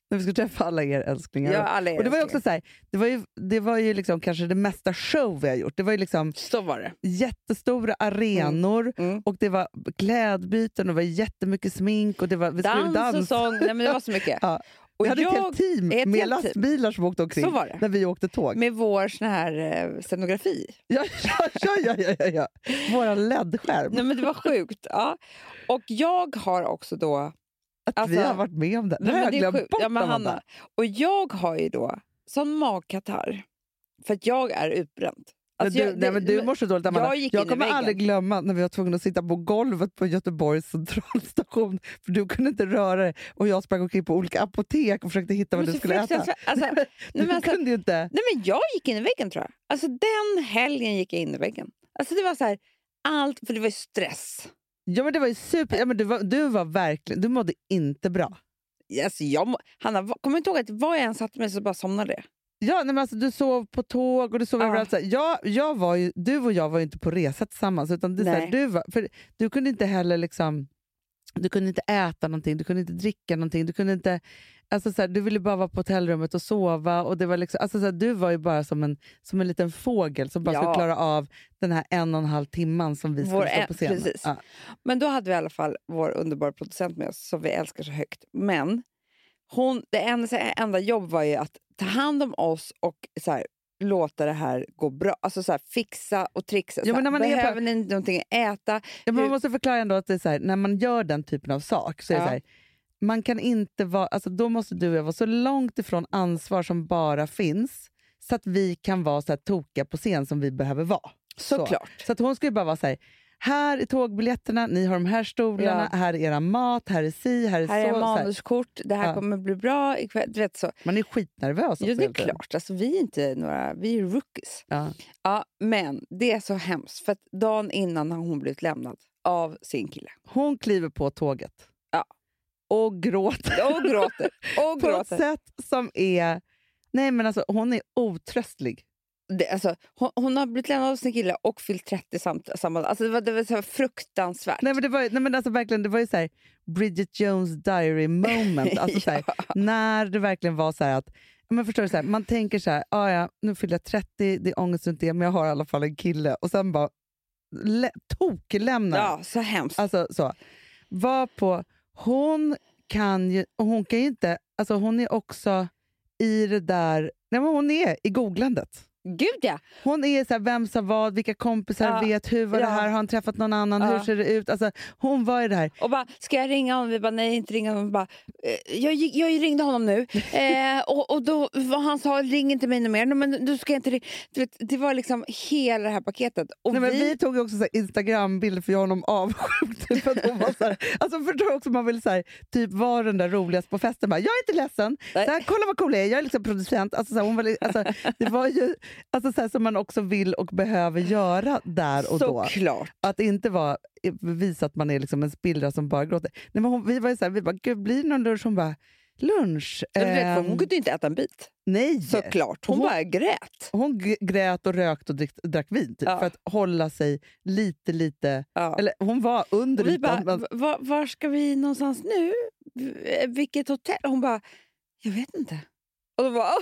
När vi skulle träffa alla er älsklingar. Ja, alla er och det var ju älsklingar. också så här, det var ju, det var ju liksom kanske det mesta show vi har gjort. Det var ju liksom Så var det. jättestora arenor Mm. Mm. och det var klädbyten och det var jättemycket smink och det var, vi skulle Dans dansa. och sång. Nej, men det var så mycket. Ja. Och vi hade jag, ett helt team ett med helt team. lastbilar som åkte omkring Så var det. när vi åkte tåg. Med vår sån här eh, scenografi. Ja, ja, ja, ja, ja, ja, ja. Våra L E D-skärm. Nej, men det var sjukt. Ja. Och jag har också då... Att alltså, vi har varit med om det. Det nej, har men jag det är glömt sjukt. bort. Ja, men Amanda. Hanna. Och jag har ju då sån magkatarr. För att jag är utbränd. Alltså, Men du, jag, nej, men du mår så dåligt, Amanda. jag Jag, gick in i kommer väggen. aldrig glömma när vi var tvungna att sitta på golvet på Göteborgs centralstation för du kunde inte röra dig och jag sprang omkring på olika apotek och försökte hitta vad Men du så skulle äta. fruktansvärt. Alltså, du nej, men alltså, kunde ju inte. nej, men jag gick in i väggen tror jag. Alltså den helgen gick jag in i väggen. Alltså det var så här, allt, för det var ju stress. Ja, men det var ju super. Ja, men du, var, du var verkligen, du mådde inte bra. Alltså, jag, må- Hanna, va- kommer du inte ihåg att var jag än satte mig så bara somnade jag? Ja, nej, men alltså, du sov på tåg och du sov Ja. överallt. Så här. Jag, jag var ju, du och jag var ju inte på resa tillsammans. Utan det, är så här, Nej. du, var, för du kunde inte heller liksom, du kunde inte äta någonting, du kunde inte dricka någonting. Du, kunde inte, alltså, så här, du ville bara vara på hotellrummet och sova. Och det var liksom, alltså, så här, du var ju bara som en, som en liten fågel som bara Ja. skulle klara av den här en och en halv timman som vi skulle Vår stå en- på scenen. precis. Ja. Men då hade vi i alla fall vår underbara producent med oss som vi älskar så högt. Men hon, det enda, enda jobb var ju att ta hand om oss och så här, låta det här gå bra. Alltså så här, fixa och trixa. Ja, Så men när här, man är på- behöver ni någonting att äta? Ja, men Hur- man måste förklara ändå att det är så här, när man gör den typen av sak så är det Ja. så här, man kan inte vara, alltså då måste du och jag vara så långt ifrån ansvar som bara finns så att vi kan vara så här tokiga på scen som vi behöver vara. Såklart. Så, så att hon skulle bara vara så här, här är tågbiljetterna, ni har de här stolarna, Ja. här är era mat, här är si, här är Här så. är så här. manuskort, det här Ja. kommer bli bra ikväll. Du vet så. Man är skitnervös också. Ja, det är hela tiden. klart. Alltså, vi är inte några, vi är rookies. Ja. Ja, men det är så hemskt. För att dagen innan har hon blivit lämnad av sin kille. Hon kliver på tåget Ja. och gråter Och gråter. Och på ett gråter. sätt som är... Nej, men alltså, hon är otröstlig. Det, alltså, hon, hon har blivit lämnad av sin kille och fyllt trettio samt, samma dag. Alltså, det var, det var så här fruktansvärt. Nej, men det var, nej, men alltså, verkligen, det var ju så här Bridget Jones diary moment. Alltså, så här, när det verkligen var så här att men förstår du, så här, man tänker så här, ah, ja, nu fyller jag trettio, det är ångest runt det, men jag har i alla fall en kille. Och sen bara lä- toklämnar. Ja, så hemskt. Alltså, så. Var på, hon kan ju, och hon kan ju inte, alltså hon är också i det där, nej men hon är i googlandet. Gud ja! Hon är så här, vem sa vad, vilka kompisar Ja. vet, hur var Ja. det här, har han träffat någon annan, Ja. hur ser det ut? Alltså, hon var i det här. Och bara, ska jag ringa honom? Vi bara, nej inte ringa honom. Bara, eh, jag, gick- jag ringde honom nu. Eh, och, och då vad han sa, ring inte mig mer. Nej, men du ska inte ring. Du vet, det var liksom hela det här paketet. Och Nej, men vi, vi tog ju också så här Instagram-bilder för jag honom avsjukt. För att hon var så här, alltså förstår du också, man vill så här, typ vara den där roligast på festen. Bara, jag är inte ledsen, så här, kolla vad cool jag är, jag är liksom producent. Alltså, så här, hon var, li- alltså, det var ju alltså, så här, som man också vill och behöver göra där och då. såklart. Att inte vara, visa att man är liksom en spillra som bara gråter. Nej, men hon, vi var ju så här, vi bara, gud, blir det någon lunch? Hon bara, lunch? Men du vet, för Ehm, hon kunde inte äta en bit. nej. Såklart. Hon, Hon- bara grät. Hon g- grät och rökt och drick, drack vin typ, Ja. för att hålla sig lite, lite... Ja. Eller hon var under Och vi ytan. bara, Men, var, var ska vi någonstans nu? V- Vilket hotell? Hon bara, jag vet inte. Och då bara,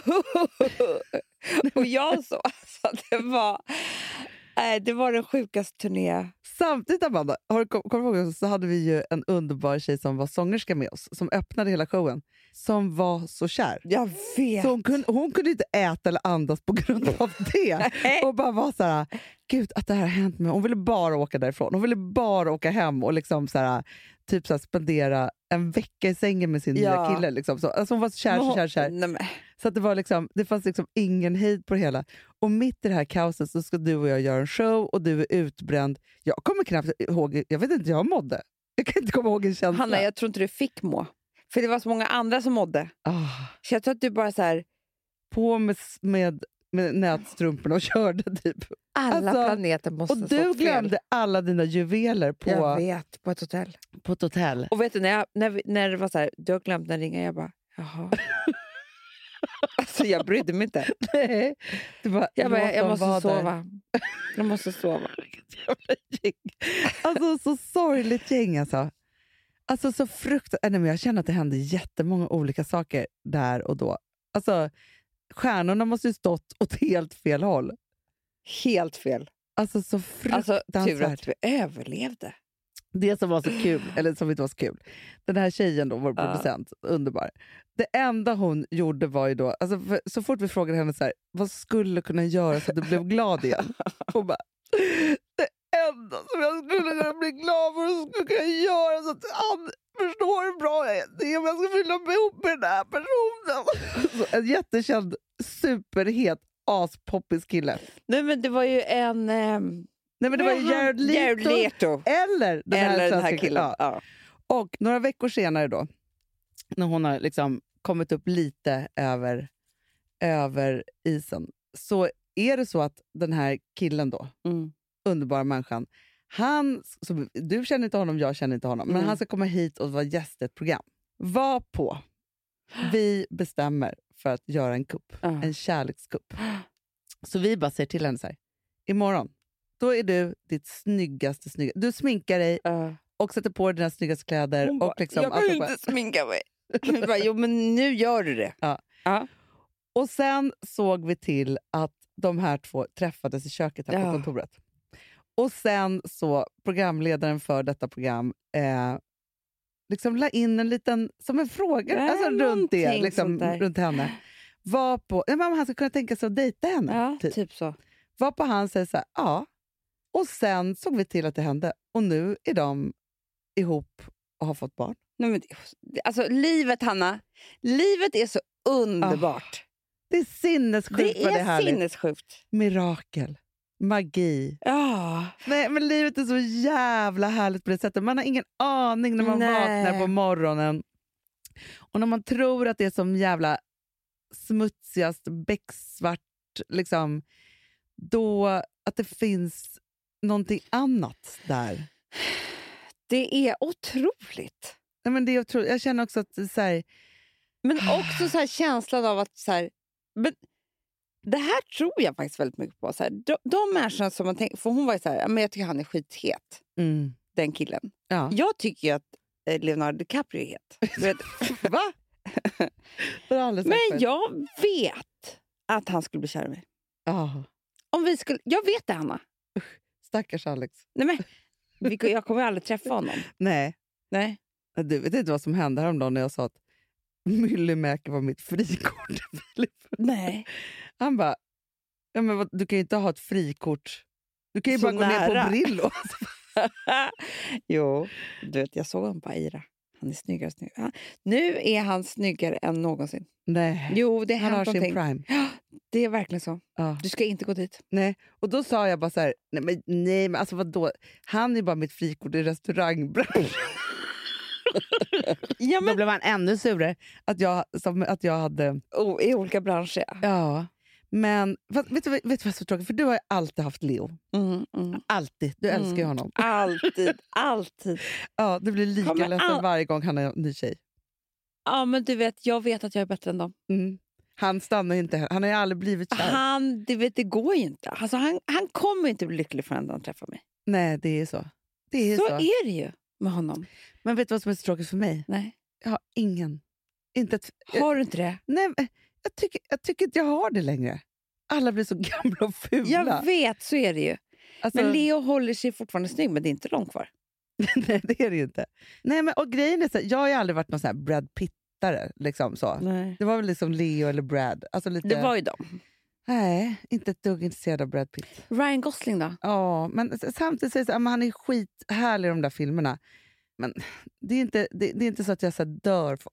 och jag så. Alltså, det var, nej, det var den sjukaste turné. samtidigt, Amanda, har du kom, kommer du ihåg, så hade vi ju en underbar tjej som var sångerska med oss, som öppnade hela showen, som var så kär. Jag vet. Så hon kunde, hon kunde inte äta eller andas på grund av det. Och bara var så här, gud att det här har hänt mig. Hon ville bara åka därifrån. Hon ville bara åka hem och liksom så här, typ så här, spendera en vecka i sängen med sin Ja. nya kille. Liksom. Så, alltså hon var så kär, Men så hon- kär, kär. Nej, men, Så att det, var liksom, det fanns liksom ingen hejd på det hela. Och mitt i det här kaoset så ska du och jag göra en show och du är utbränd. Jag kommer knappt ihåg, jag vet inte hur jag mådde. Jag kan inte komma ihåg en känsla. Hanna, jag tror inte du fick må. För det var så många andra som mådde. Ah, Så jag tror att du bara så här, på med, med, med nätstrumporna och körde typ. alla Alltså, planeter måste Och ha du stått fel. glömde alla dina juveler Jag på, vet, på ett hotell. på ett hotell. Och vet du, när, jag, när, vi, när det var så här, du har glömt den ringen, jag bara, jaha. Alltså jag brydde mig inte. Nej, det var, Jag bara, låt jag, jag dem måste vara där. sova. Jag måste sova. Vilket jävla gäng. Alltså så sorgligt gäng alltså. Alltså så fruktansvärt. Nej, men jag känner att det hände jättemånga olika saker där och då. Alltså, stjärnorna måste ju stått åt helt fel håll. Helt fel. Alltså så Alltså fruktansvärt. tur att vi överlevde. Det som var så kul, eller som inte var så kul. Den här tjejen då, vår producent, uh. underbar. Det enda hon gjorde var ju då, alltså för, så fort vi frågade henne så här, vad skulle kunna göra så att du blev glad igen? Hon bara, det enda som jag skulle göra bli glad för och skulle kunna göra så att han förstår hur bra jag är. Det är om jag ska fylla ihop med den här personen. Så en jättekänd, superhet, aspoppis kille. Nej men det var ju en... Ähm... Nej, men det var ju Jared Leto, Jared Leto. eller den eller här, den här killen. Ja. Ja. Och några veckor senare då, när hon har liksom kommit upp lite över, över isen, så är det så att den här killen då, mm. underbara människan, han, så, du känner inte honom, jag känner inte honom, mm. men han ska komma hit och vara gäst i ett program. Var på vi bestämmer för att göra en kupp, uh. en kärlekskupp. Så vi bara säger till henne så här, imorgon, då är du ditt snyggaste snygga. Du sminkar dig uh. och sätter på dig dina snyggaste kläder. Hon och bara, liksom, jag kan ju inte sminka mig. bara, jo, men nu gör du det. Ja. Uh. Och sen såg vi till att de här två träffades i köket här uh. på kontoret. Och sen så programledaren för detta program eh, liksom la in en liten, som en fråga ja, alltså, runt det, liksom, runt henne. Var på, ja, men han ska kunna tänka sig att dejta henne. Ja, typ. typ så. Var på han säger så här, ja. Och sen såg vi till att det hände. Och nu är de ihop och har fått barn. Nej, men det, alltså livet, Hanna. Livet är så underbart. Oh, det är sinnessjukt. Det är, det är sinnessjukt. Mirakel. Magi. Ja. Nej, men livet är så jävla härligt på det sättet. Man har ingen aning när man Nej. vaknar på morgonen. Och när man tror att det är som jävla smutsigast, becksvart, liksom, då att det finns någonting annat där. Det är otroligt. Nej, men det är otroligt. Jag känner också att så här, men också så här, känslan av att så här, men det här tror jag faktiskt väldigt mycket på. Så här, de, de människorna som man tänker, för hon var ju så här, men jag tycker han är skithet. Mm. Den killen. Ja. Jag tycker ju att Leonardo DiCaprio är het. Vet, va? Men jag vet att han skulle bli kär i mig. Oh. Om vi skulle, jag vet det, Hanna. Stackars Alex. Nej, men, vi, jag kommer aldrig träffa honom. Nej. Nej. Du vet inte vad som hände häromdagen när jag sa att Myllymäki var mitt frikort. Nej. Han bara, ja, men vad, du kan ju inte ha ett frikort. Du kan ju så bara nära. gå ner på Brillo. Jo, du vet, jag såg honom på Aira. Han är snyggare och snyggare. Nu är han snyggare än någonsin. Nej. Jo, det han har sin någonting. prime. Ja, det är verkligen så. Ja. Du ska inte gå dit. Nej, och då sa jag bara så här, nej men, nej, men alltså vadå? Han är bara mitt frikort i restaurangbranschen. Ja, men... Då blev han ännu surare att jag, som, att jag hade... Oh, i olika branscher, ja. Ja. Men vet, vet, vet du vad som är så tråkigt? För du har ju alltid haft Leo. Mm, mm. Alltid. Du älskar ju mm. honom. Alltid, alltid. Ja, det blir lika Kommer ledsen all... varje gång han är en ny tjej. Ja, men du vet, jag vet att jag är bättre än dem. Mm. Han stannar ju inte. Han har ju aldrig blivit kär. Han, du vet, det går ju inte. Alltså, han, han kommer inte bli lycklig förrän han träffar mig. Nej, det är så. Det är så, så är det ju med honom. Men vet du vad som är så tråkigt för mig? Nej. Jag har ingen. Inte ett, har du inte det? Nej, jag tycker, jag tycker inte jag har det längre. Alla blir så gamla och fula. Jag vet, så är det ju. Alltså, men Leo håller sig fortfarande snygg, men det är inte långt kvar. Nej, det är det ju inte. Nej, men, och grejen är så, jag har ju aldrig varit någon sån här Brad Pittare. Liksom så. Nej. Det var väl liksom Leo eller Brad. Alltså lite, det var ju dem. Nej, inte ett dugg intresserad av Brad Pitt. Ryan Gosling då? Ja, men samtidigt säger så, han är skithärlig i de där filmerna. Men det är inte, det, det är inte så att jag så dör för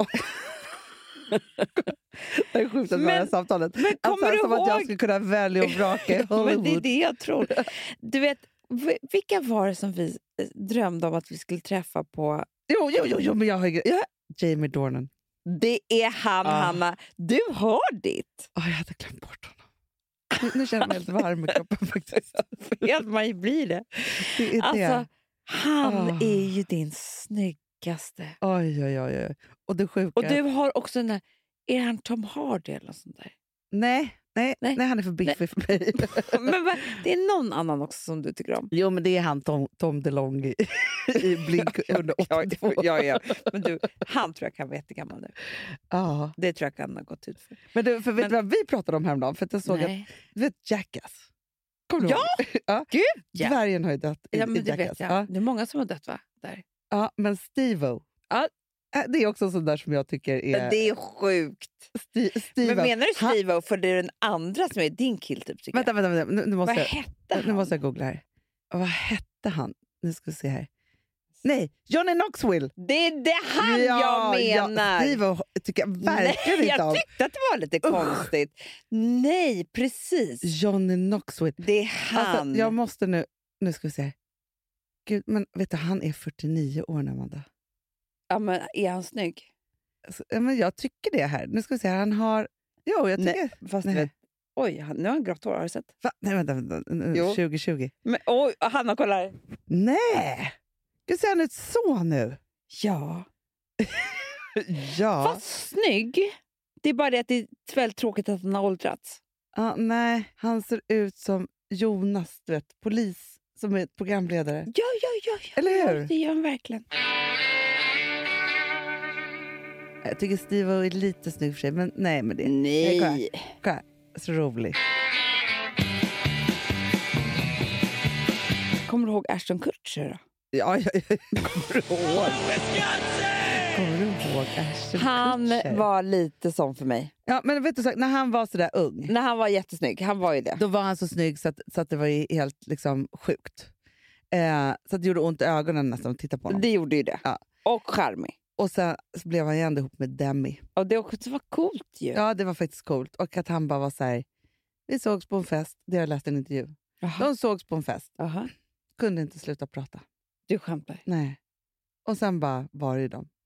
det är sjukt att men, vara samtalet. Men kommer alltså, du som ihåg? att jag skulle kunna välja och vraka i Hollywood. Men det är det jag tror. Du vet, vilka var det som vi drömde om att vi skulle träffa på? Jo, jo, jo, jo men jag har ju... Ja, Jamie Dornan. Det är han, ah. Hanna. Du har ditt. Oh, jag hade glömt bort honom. Nu, nu känner jag mig helt varm i kroppen faktiskt. Vet man blir det. Det är alltså, det. Han oh. är ju din snyggaste. Oj, oj, oj. Och det sjuka. Och du har också den där... Är han Tom Hardy eller sånt där? Nej, Nej, nej. nej, han är för biffig för mig. Men va, det är någon annan också som du tycker om. Jo, men det är han Tom, Tom DeLonge i, i Blink under åttiotvå. Ja, ja, ja. Men du, han tror jag kan vara jättegammal nu. Ja. Det tror jag kan ha gått ut för. Men du, för vet Men, du vad vi pratade om häromdagen? För att jag såg nej. att, du vet Jackass? Kommer du Ja, ihåg? Ja, gud ja. Dvärgen har ju dött i, Ja, men i det Jackass. vet jag. Ja. Det är många som har dött, va? Där. Ja, men Steve-O. Ja. Det är också sånt där som jag tycker är... Det är sjukt. Sti- Steve-O. Men menar du Han- Steve-O för det är den andra som är din killtyp? tycker Vänta, jag. vänta, vänta. Nu, nu, måste Vad jag, hette han? nu måste jag googla här. Vad hette han? Nu ska vi se här. Nej, Johnny Knoxville! Det är det han jag menar! Ja, Steve-O tycker jag verkligen Nej, inte om. jag tyckte att det var lite konstigt. Nej, precis. Johnny Knoxville. Det är han. Alltså, jag måste nu... Nu ska vi se här. Gud, men vet du, han är fyrtionio år nu, Amanda. Ja, men är han snygg? Alltså, ja, men jag tycker det här. Nu ska vi se, han har... Jo, jag tycker... Nej, fast Nej. vet, oj, han, nu har han grått hår, har du sett? Va? Nej, vänta, vänta. Jo. tjugo tjugo. Men, oj, Hanna, kolla här. Nej! Gud, ser han ut så nu? Ja. Ja. Fast snygg. Det är bara det att det är väldigt tråkigt att han har åldrats. Ja, nej, han ser ut som Jonas, du vet, polis som är programledare. Ja, ja, ja. ja Eller hur? Ja, det gör han verkligen. Jag tycker Steve-O är lite snygg för sig, men nej med det. Nej, kolla. Nej. Kolla, så rolig. Kommer du ihåg Ashton Kutcher då? Ja, ja, ja. Kommer du ihåg? Kommer du ihåg Ashton Han Kutcher? var lite sån för mig. Ja, men vet du, så, när han var så där ung, När han var jättesnygg. Han var ju det. då var han så snygg så att, så att det var ju helt liksom sjukt. Eh, så att det gjorde ont i ögonen nästan att titta på honom. Det gjorde ju det. Ja. Och charmig. Och sen så blev han ju ändå ihop med Demi. Och det också var coolt ju. Ja, det var faktiskt coolt. Och att han bara var så här, vi sågs på en fest, det har jag läst i en intervju. Jaha. De sågs på en fest, Aha. kunde inte sluta prata. Du skämtar. Nej. Och sen bara var det ju de.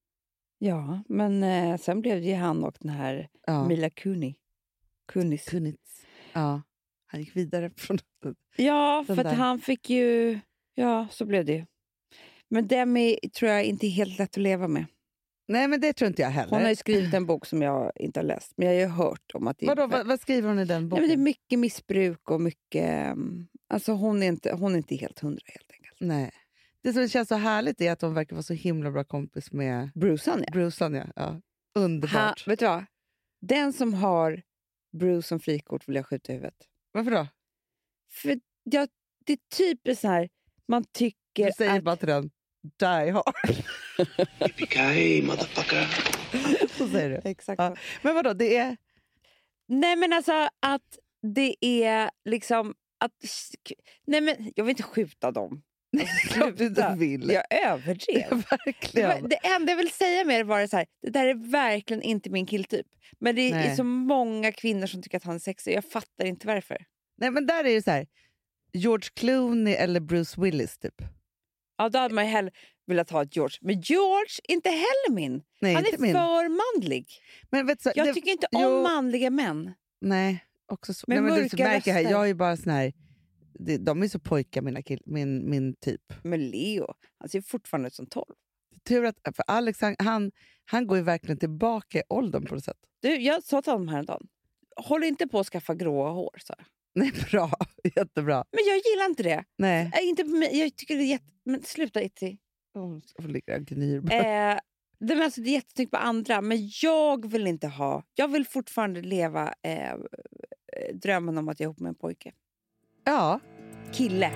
Ja, men eh, sen blev det ju han och den här Ja. Mila Kunis. Kunis. Kunitz. Ja, han gick vidare från... Ja, Den för att där. han fick ju... Ja, så blev det ju. Men Demi tror jag inte är helt lätt att leva med. Nej, men det tror inte jag heller. Hon har ju skrivit en bok som jag inte har läst. Men jag har ju hört om att det Vadå, är... vad, vad skriver hon i den Nej, boken? men det är mycket missbruk och mycket... um, Alltså hon är inte, hon är inte helt hundra helt enkelt. Nej. Det som känns så härligt är att hon verkar vara så himla bra kompis med Brucean, ja. Brucean. Ja. Ja. Han, Underbart. vet du vad? Den som har Bruce som frikort vill jag skjuta i huvudet. Varför då? För jag, det är typiskt så här, man tycker Du säger att... bara till den, die hard. Yippee-ki-yay, motherfucker. Så säger du. Exakt. Ja. Men vadå, det är... Nej, men alltså att det är liksom... Att, nej, men jag vill inte skjuta dem. Alltså, Om du inte sluta. vill. Jag överdrev. Det, Verkligen. var, det enda jag vill säga med det var så här, det där är verkligen inte min killtyp. Men det Nej. är så många kvinnor som tycker att han är sexig. Jag fattar inte varför. Nej, men där är det så här, George Clooney eller Bruce Willis typ. Ja, då hade man ju hellre velat ha ett George. Men George är inte heller min. Nej, Han är inte min. för manlig. Men vet du, så, Jag det, tycker inte om jo. manliga män. Nej, också så. Med Nej, men du mörka märker här, röster. jag är ju bara sån här... det- De är så pojkar, mina kill, min, min typ. Men Leo, han ser fortfarande ut som tolv. Tur att, för Alex, han, han, han går ju verkligen tillbaka i åldern på något sätt. Du, jag sa till honom häromdagen. Håll inte på att skaffa gråa hår, sa jag. Nej, bra. Jättebra. Men jag gillar inte det. Nej. Äh, inte på mig. Jag tycker det är jätte... Men sluta, Itzy. Oh, jag får ligga och gnyr bara. Eh, det, är alltså, det är jättesnyggt på andra, men jag vill inte ha... Jag vill fortfarande leva eh, drömmen om att jag är ihop med en pojke. Ja. Kille.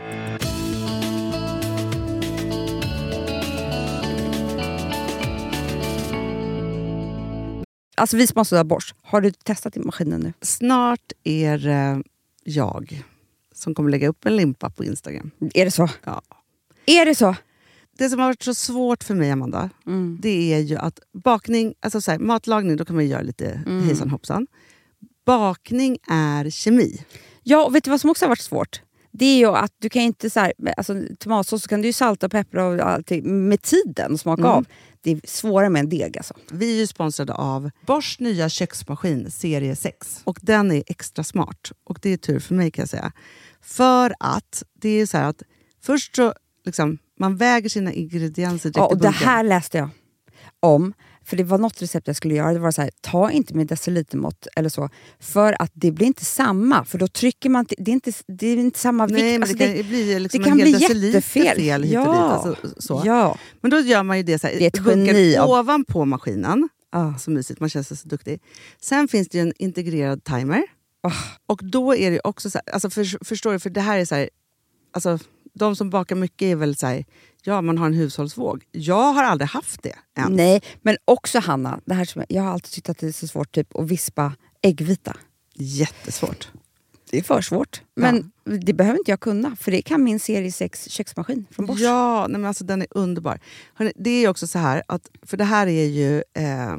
Alltså vi sponsrar av Bosch. Har du testat i maskinen nu? Snart är eh, jag som kommer lägga upp en limpa på Instagram. Är det så? Ja. Är det så? Det som har varit så svårt för mig, Amanda, Mm. det är ju att bakning, alltså så här, matlagning, då kan man ju göra lite Mm. hejsan hoppsan. Bakning är kemi. Ja, och vet du vad som också har varit svårt? Det är ju att du kan inte så här, alltså tomatsås så kan du ju salta och peppra och allting med tiden och smaka Mm. av. Det är svårare med en deg alltså. Vi är ju sponsrade av Boschs nya köksmaskin serie sex. Och den är extra smart. Och det är tur för mig, kan jag säga. För att det är så här att först så liksom, man väger sina ingredienser direkt Ja, i och det bunken. här läste jag om. För det var något recept jag skulle göra. Det var så här, ta inte med decilitermått eller så. För att det blir inte samma. För då trycker man... Det är inte, det är inte samma vikt. Nej, men alltså det kan det, bli liksom det kan en hel bli deciliter jättefel. fel hit och Ja. dit. Alltså, så. Ja. Men då gör man ju det så här. Det är ett bunkar geni av- ovanpå maskinen. Ah. Så mysigt, man känns så duktig. Sen finns det ju en integrerad timer. Ah. Och då är det också så här, alltså för, förstår du, för det här är så här, alltså de som bakar mycket är väl så här, ja man har en hushållsvåg. Jag har aldrig haft det än. Nej, men också Hanna, det här som jag, jag har alltid tyckt att det är så svårt typ, att vispa äggvita. Jättesvårt. Det är för svårt. Men det behöver inte jag kunna, för det kan min serie sex köksmaskin från Bosch. Ja, nej men alltså den är underbar. Hörrni, det är ju också så här, att, för det här är ju eh,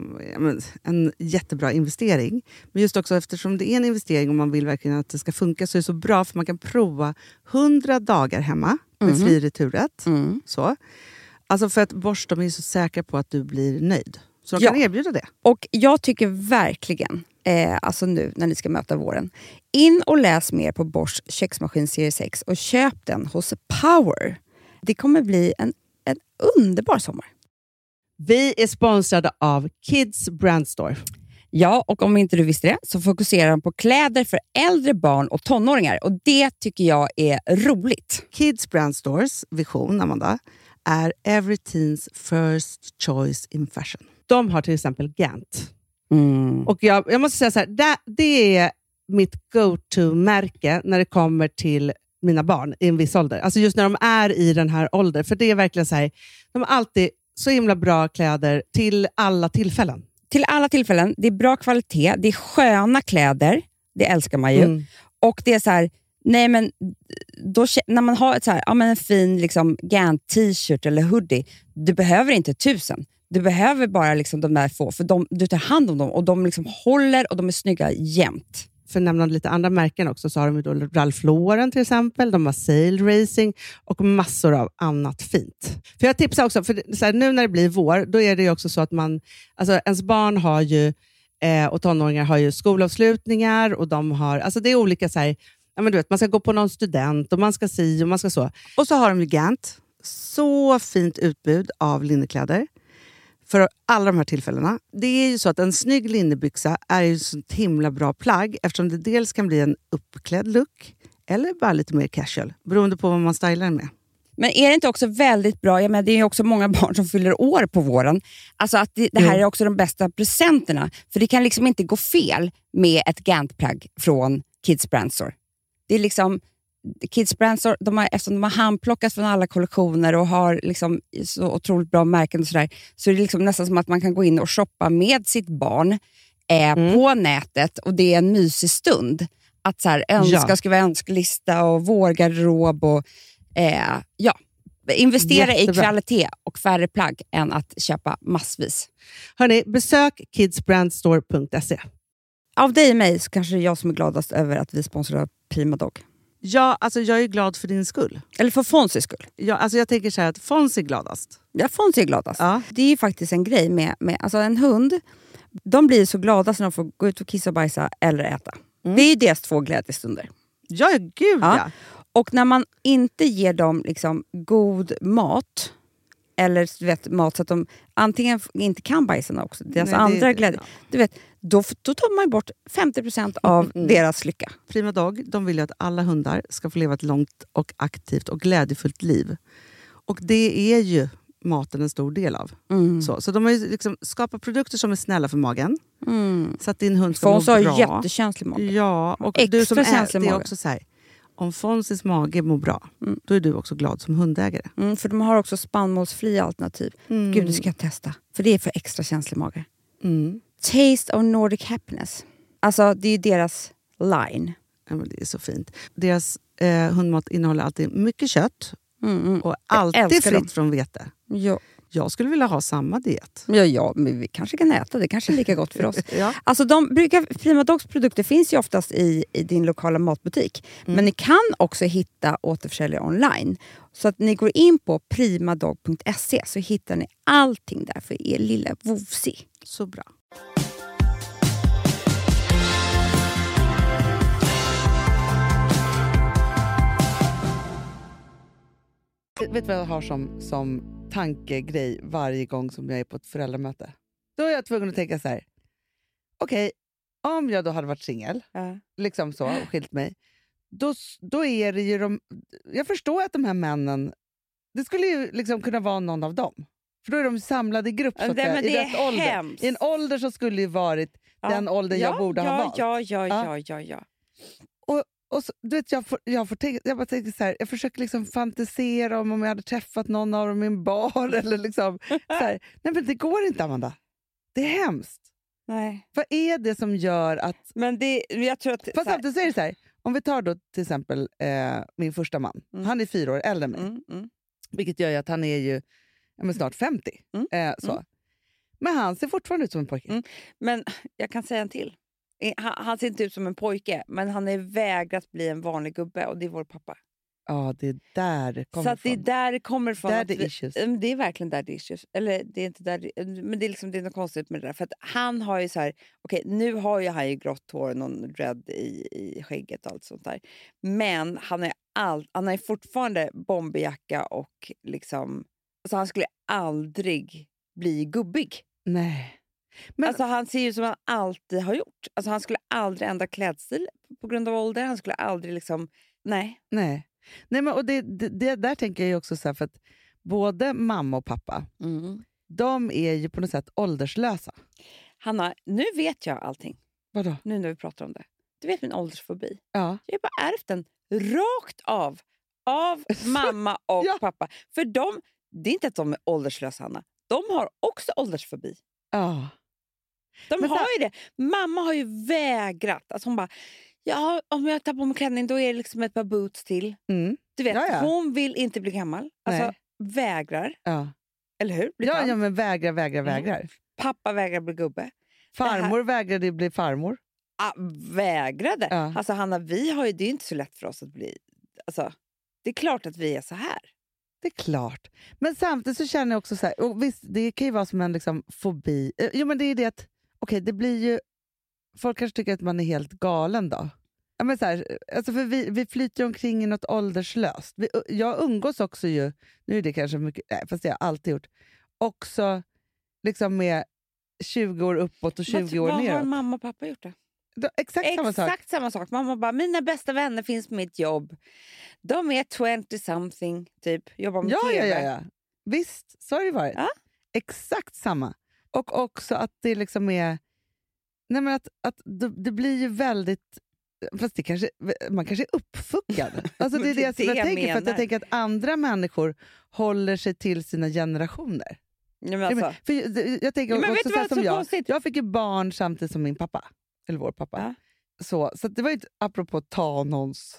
en jättebra investering. Men just också eftersom det är en investering och man vill verkligen att det ska funka, så är det så bra för man kan prova hundra dagar hemma med Mhm. fri returrätt. Mm. Så. Alltså för att Bosch, de är så säkra på att du blir nöjd. Så de Ja. kan erbjuda det. Och jag tycker verkligen, eh, alltså nu när ni ska möta våren, in och läs mer på Bosch köksmaskin serie sex och köp den hos Power. Det kommer bli en, en underbar sommar. Vi är sponsrade av Kids Brand Store. Ja, och om inte du visste det så fokuserar de på kläder för äldre barn och tonåringar. Och det tycker jag är roligt. Kids Brand Stores vision, Amanda, är every teens first choice in fashion. De har till exempel Gant. Mm. Och jag, jag måste säga så här, det, det är mitt go-to-märke när det kommer till mina barn i en viss ålder. Alltså just när de är i den här åldern. För det är verkligen så här, de har alltid så himla bra kläder till alla tillfällen. Till alla tillfällen, det är bra kvalitet, det är sköna kläder, det älskar man ju. Mm. Och det är så här, nej men då, när man har ett så här, ja, men en fin liksom, Gant t-shirt eller hoodie, du behöver inte tusen. Du behöver bara liksom, de där få, för de, du tar hand om dem och de liksom håller och de är snygga jämt. För att nämna lite andra märken också, så har de ju då Ralph Lauren till exempel, de har Sail Racing och massor av annat fint. För jag tipsar också, för så här, nu när det blir vår, då är det ju också så att man, alltså ens barn har ju, eh, och tonåringar har ju skolavslutningar och de har, alltså det är olika så här, ja, men du vet, man ska gå på någon student och man ska si och man ska så. Och så har de ju Gant, så fint utbud av linnekläder. För alla de här tillfällena. Det är ju så att en snygg linnebyxa är ju ett himla bra plagg, eftersom det dels kan bli en uppklädd look eller bara lite mer casual, beroende på vad man stylar den med. Men är det inte också väldigt bra, jag menar, det är ju också många barn som fyller år på våren, alltså att det, det här Jo. är också de bästa presenterna, för det kan liksom inte gå fel med ett Gant-plagg från Kids Brand Store. Det är liksom Kids Brand Store, de har, eftersom de har handplockat från alla kollektioner och har liksom så otroligt bra märken och sådär, så är det liksom nästan som att man kan gå in och shoppa med sitt barn eh, Mm. på nätet, och det är en mysig stund att så här, önska, Ja. skriva önskelista och vårgarderob och eh, ja, investera Jättebra. i kvalitet och färre plagg än att köpa massvis. Hörrni, besök kids brand store punkt se. Av dig och mig så kanske det är jag som är gladast över att vi sponsrar Prima Dog. Ja, alltså jag är glad för din skull. Eller för Fonzys skull. Jag, alltså jag tänker så här att Fons är gladast. Ja, Fonzie är gladast. Ja. Det är ju faktiskt en grej med, med alltså en hund. De blir så glada när de får gå ut och kissa och bajsa eller äta. Mm. Det är ju deras två glädjestunder. Ja, gud Ja. ja. Och när man inte ger dem liksom god mat, eller du vet, mat så att de antingen inte kan bajsa också, deras Nej, det- andra det- glädje, ja. du vet, då, då tar man ju bort femtio procent av Mm. deras lycka. Prima Dog, de vill ju att alla hundar ska få leva ett långt och aktivt och glädjefullt liv. Och det är ju maten en stor del av. Mm. Så, så de har ju liksom skapat produkter som är snälla för magen. Mm. Så att din hund ska Fons må har bra. ju jättekänslig mage. Ja, och Extra du som är, känslig det är mage. också så här, om Fonsis mage mår bra, Mm. då är du också glad som hundägare. Mm, för de har också spannmålsfria alternativ. Mm. Gud, det ska jag testa. För det är för extra känslig mage. Mm. Taste of Nordic Happiness. Alltså, det är ju deras line. Ja, men det är så fint. Deras eh, hundmat innehåller alltid mycket kött Mm, mm. och Jag alltid älskar fritt dem. från vete. Ja. Jag skulle vilja ha samma diet. Ja, ja, men vi kanske kan äta. Det kanske är lika gott för oss. Ja. Alltså, de brukar, Prima Dogs produkter finns ju oftast i, i din lokala matbutik. Mm. Men ni kan också hitta återförsäljare online. Så att ni går in på primadog punkt se så hittar ni allting där för er lilla vovsi. Så bra. Vet du vad jag har som, som tankegrej varje gång som jag är på ett föräldramöte? Då är jag tvungen att tänka så här. Okej, okay, om jag då hade varit singel, Ja. liksom så, och skilt mig, då, då är det ju de... Jag förstår att de här männen, det skulle ju liksom kunna vara någon av dem. För då är de samlade i grupp, så att det, säga, men i det rätt är ålder. hemskt. I en ålder så skulle ju varit Ja. den åldern ja, jag borde ja, ha valt. Ja, ja, ja, ja, ja. Och, och så, du vet, jag, får, jag, får tänka, jag bara tänker så här, jag försöker liksom fantisera om om jag hade träffat någon av dem i en bar. eller liksom, så här. Nej, men det går inte, Amanda. Det är hemskt. Nej. Vad är det som gör att... Men det, jag tror att... Fast samtidigt så är det så här, om vi tar då till exempel eh, min första man. Mm. Han är fyra år äldre än mig. Mm, mm. Vilket gör ju att han är ju ja, men snart femtio. Mm. Eh, så. Mm. Men han ser fortfarande ut som en pojke. Mm. Men jag kan säga en till. Han, han ser inte ut som en pojke, men han är vägrat bli en vanlig gubbe och det är vår pappa. Ja, det är där det kommer Så att det är ifrån. där det kommer ifrån. Där att det vi- issues. Mm, Det är verkligen där det är issues. Eller det är inte där det, men det är, liksom, det är något konstigt med det där. För att han har ju så här, okej nu har ju han ju grått hår och någon röd i, i skägget och allt sånt där. Men han är all, han har ju fortfarande bomberjacka och liksom, alltså han skulle aldrig bli gubbig. Nej. Men, Alltså han ser ju som han alltid har gjort. Alltså han skulle aldrig ändra klädstil på grund av ålder. Han skulle aldrig liksom, nej. nej. nej men, och det, det, det där tänker jag ju också så här, för att både mamma och pappa, de är ju på något sätt ålderslösa. Hanna, nu vet jag allting. Vadå? Nu när vi pratar om det. Du vet min åldersfobi. Ja. Jag har bara ärvt den rakt av. Av mamma och Ja. pappa. För de, det är inte att de är ålderslösa, Hanna. De har också åldersfobi. Ja. De Men har så- ju det. Mamma har ju vägrat. Alltså hon bara, ja, om jag tar på mig klänning då är det liksom ett par boots till. Mm. Du vet, Ja, ja. hon vill inte bli gammal. Alltså Nej. vägrar. Ja. Eller hur? Blir Ja, tant. ja, men vägrar, vägrar, Mm. vägrar. Pappa vägrar bli gubbe. Farmor vägrade bli farmor. Ah, vägrade. Ja. Alltså Hanna, vi har ju, det är ju inte så lätt för oss att bli... Alltså, det är klart att vi är så här. Det är klart. Men samtidigt så känner jag också så här, och visst, det kan ju vara som en liksom fobi. Eh, Jo, men det är det att, okej, det blir ju, folk kanske tycker att man är helt galen då. Ja, men så här, alltså för vi, vi flyter omkring i något ålderslöst. Vi, jag umgås också ju, nu är det kanske mycket, nej, fast det har jag alltid gjort, också liksom med tjugo år uppåt och tjugo år Vad har neråt. mamma och pappa gjort då? Då, exakt, samma sak. Exakt samma sak. Mamma bara, mina bästa vänner finns på mitt jobb. De är twenty something, typ. Jobbar med Ja, T V. ja, ja, ja. Visst, så har det varit. Ja. Exakt samma. Och också att det liksom är... Nej, men att, att det, det blir ju väldigt... Fast det kanske, man kanske är uppfuckad. Alltså det är det, Det är som jag det jag tänker. För att menar. jag tänker att andra människor håller sig till sina generationer. Ja, men alltså, För jag, jag tänker Ja, men vet också du så här vad som som är jag. konstigt? Jag fick ju barn samtidigt som min pappa. Eller vår pappa. Ja. Så, så att det var ju ett, apropå ta någons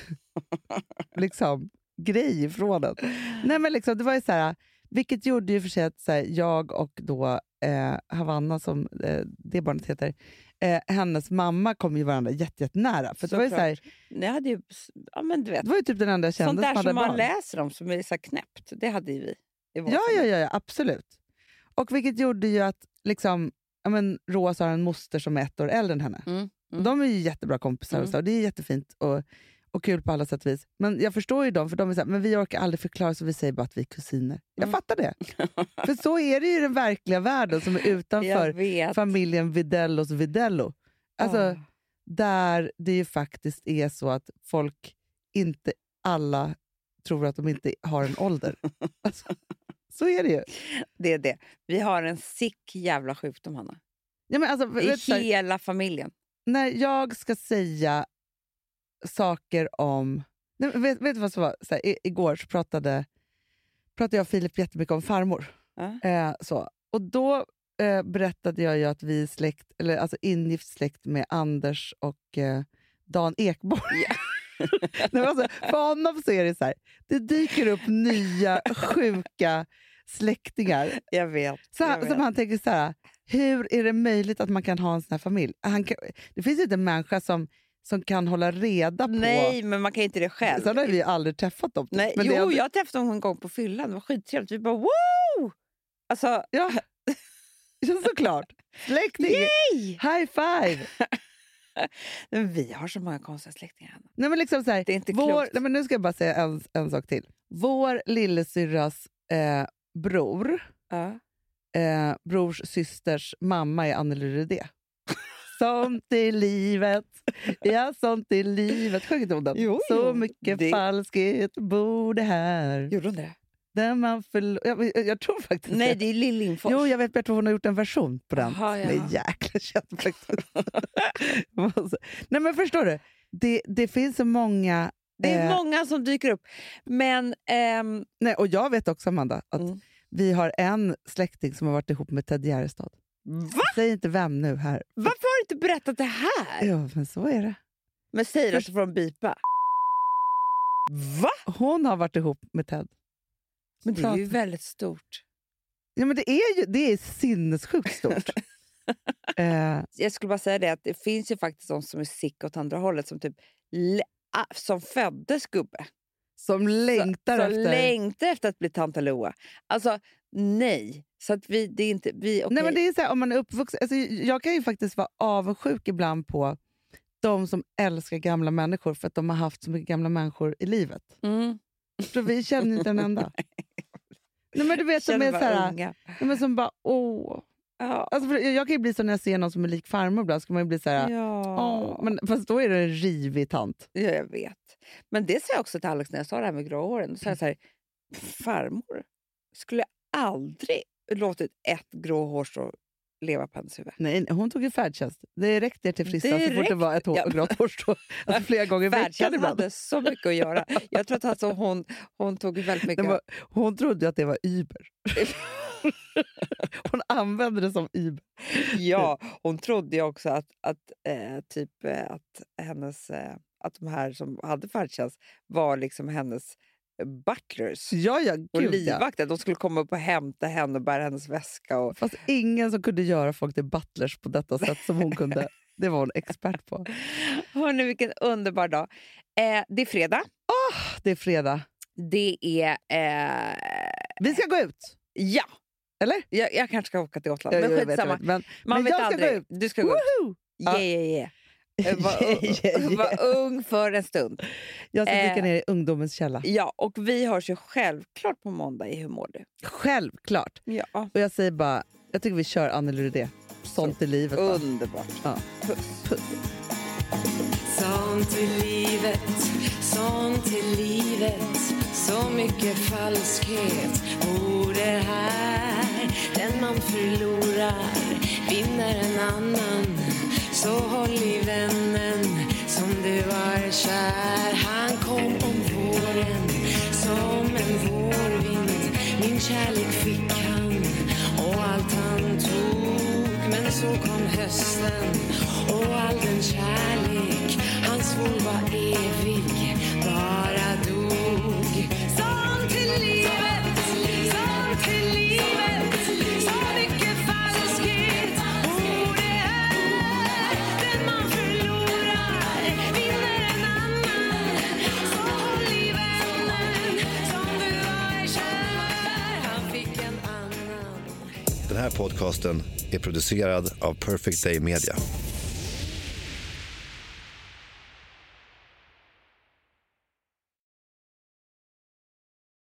liksom, grej ifrån den. Nej, men liksom, det var ju så här, vilket gjorde ju för sig att så här, jag och då eh, Havanna, som eh, det barnet heter, eh, hennes mamma kom ju varandra jätte, jättenära. För det var ju så här, ni hade ju, ja men du vet, det var ju typ den enda jag kände sånt där som hade som man barn. läser om som är så här knäppt, det hade ju vi. i vår Ja, ja, familj. ja, ja, absolut. Och vilket gjorde ju att liksom, ja, men, Rosa har en moster som är ett år äldre än henne. Mm. Och de är ju jättebra kompisar och, Mm. så, och det är jättefint och, och kul på alla sätt och vis. Men jag förstår ju dem, för de är så här, men vi orkar aldrig förklara, så vi säger bara att vi är kusiner. Jag Mm. fattar det. För så är det ju i den verkliga världen som är Jag utanför vet. familjen Videllos Vidello. Alltså, Ah. där det ju faktiskt är så att folk inte alla tror att de inte har en ålder. Alltså, så är det ju. Det är det. Vi har en sick jävla sjukdom, Hanna. Ja, men alltså, I vet du, så här, hela familjen. när jag ska säga saker om... Nej, men vet, vet du vad som var? Så här, i, igår så pratade, pratade jag och Filip jättemycket om farmor. Ja. Eh, så. Och då eh, berättade jag ju att vi är släkt, eller alltså ingift släkt med Anders och eh, Dan Ekborg. Nej, men alltså, för honom så är det så här, det dyker upp nya sjuka släktingar. Jag vet. Så jag han, vet. som han tänker så här, hur är det möjligt att man kan ha en sån här familj? Han kan, det finns ju inte en människa som, som kan hålla reda på... Nej, men man kan inte det själv. Sen har vi ju aldrig träffat dem. Nej, men jo, det är, jag träffade dem en gång på fyllan. Det var skittrevligt. Vi bara wow! Alltså, ja, ja, såklart. Släkting! Yay! High five! men vi har så många konstiga släktingar, Hanna. Nej, men liksom så här, Det är inte vår, klokt. nej, men nu ska jag bara säga en, en sak till. Vår lillasyrras eh, bror Ja. eh, brors systers mamma är Anneli Rudé. Sånt i livet, ja sånt i livet. Sjöng hon den? Jo, Så jo. mycket Det- falskhet bor det här. Gjorde hon det? Där man förlo- jag, jag tror faktiskt Nej, det. det är Lill Lindfors. Jo, jag vet att hon har gjort en version på den. Aha, ja. Det är jäkla känt faktiskt. Nej men förstår du, det, det finns så många... Det är eh, många som dyker upp. Men... ehm, nej, och jag vet också, Amanda, att Mm. vi har en släkting som har varit ihop med Ted Gärdestad. va? Säg inte vem nu här. Varför har du inte berättat det här? Ja, men så är det. Men säger du att Först- du får en bipa? Va? Hon har varit ihop med Ted. Men det är ju Pratar- väldigt stort. Ja, men det är ju det är sinnessjukt stort. eh, Jag skulle bara säga det att det finns ju faktiskt de som är sick åt andra hållet som typ le- ah, som föddes gubbe. som längtar så, efter... Så längtar efter att bli Tanta Loa. Alltså nej. Så att vi, det är inte... Vi, okej. Nej, men det är så här, om man är uppvuxen... Alltså, jag kan ju faktiskt vara avundsjuk ibland på de som älskar gamla människor för att de har haft så mycket gamla människor i livet. Mm. Så vi känner ju inte en enda. Nej, men du vet, som Känner är bara så här, unga. nej, men som bara, åh. Ja. Alltså, för jag kan ju bli så när jag ser någon som är lik farmor ibland, ska man ju bli så här, Ja. åh. Men fast då är det en rivig tant. ja, jag vet. Men det sa jag också till Alex när jag sa det här med grå håren. Då sa jag så här, farmor skulle aldrig låtit ett grå hårstrå leva på hennes huvud. Nej, nej, hon tog ju färdtjänst. Det räckte till frissan så fort det Direkt. var ett hår, Ja. grått hårstrå. Alltså, flera gånger i veckan Färdtjänsten ibland. hade så mycket att göra. Jag tror att alltså hon, hon tog väldigt mycket... Den var, hon trodde ju att det var Uber. Hon använde det som Uber. Ja, hon trodde ju också att, att, eh, typ, eh, att, hennes, eh, att de här som hade färdtjänst var liksom hennes eh, butlers. Ja, ja, Och gud ja. livvakter. De skulle komma upp och hämta henne och bära hennes väska. Och... Fast ingen som kunde göra folk till butlers på detta sätt som hon kunde. Det var hon expert på. Hörrni, vilken underbar dag. Eh, det är fredag. Det är fredag. Det är... Eh, Vi ska gå ut. ja, Eller? jag, jag kanske ska åka till Gotland. Ja, men jag vet, skitsamma. jag vet. Men, Man men vet jag ska aldrig. gå ut. Du ska gå ut. Woho! Yeah, Ja. yeah, yeah. Eh, Var, Yeah, yeah, yeah. var ung för en stund. Jag ska Eh. dyka ner i ungdomens källa. Ja, och vi hörs ju självklart på måndag i Hur mår du? Självklart. Ja, Och jag säger bara, jag tycker vi kör Anneli Rudé. Sånt i livet. Va? underbart. Ja. Puss. Puss. Sånt i livet, sånt i livet. Så mycket falskhet bor det här. Den man förlorar vinner en annan. Så håll i vännen som du var kär. Han kom om våren som en vårvind. Min kärlek fick han och allt han tog. Men så kom hösten och all den kärlek han svor var evig bara dog. Sånt till livet, sånt till livet. Så mycket falskhet bor det här. Den man förlorar vinner en annan. Så håll i vännen som du var kär. Han fick en annan. Den här podcasten är producerad av Perfect Day Media.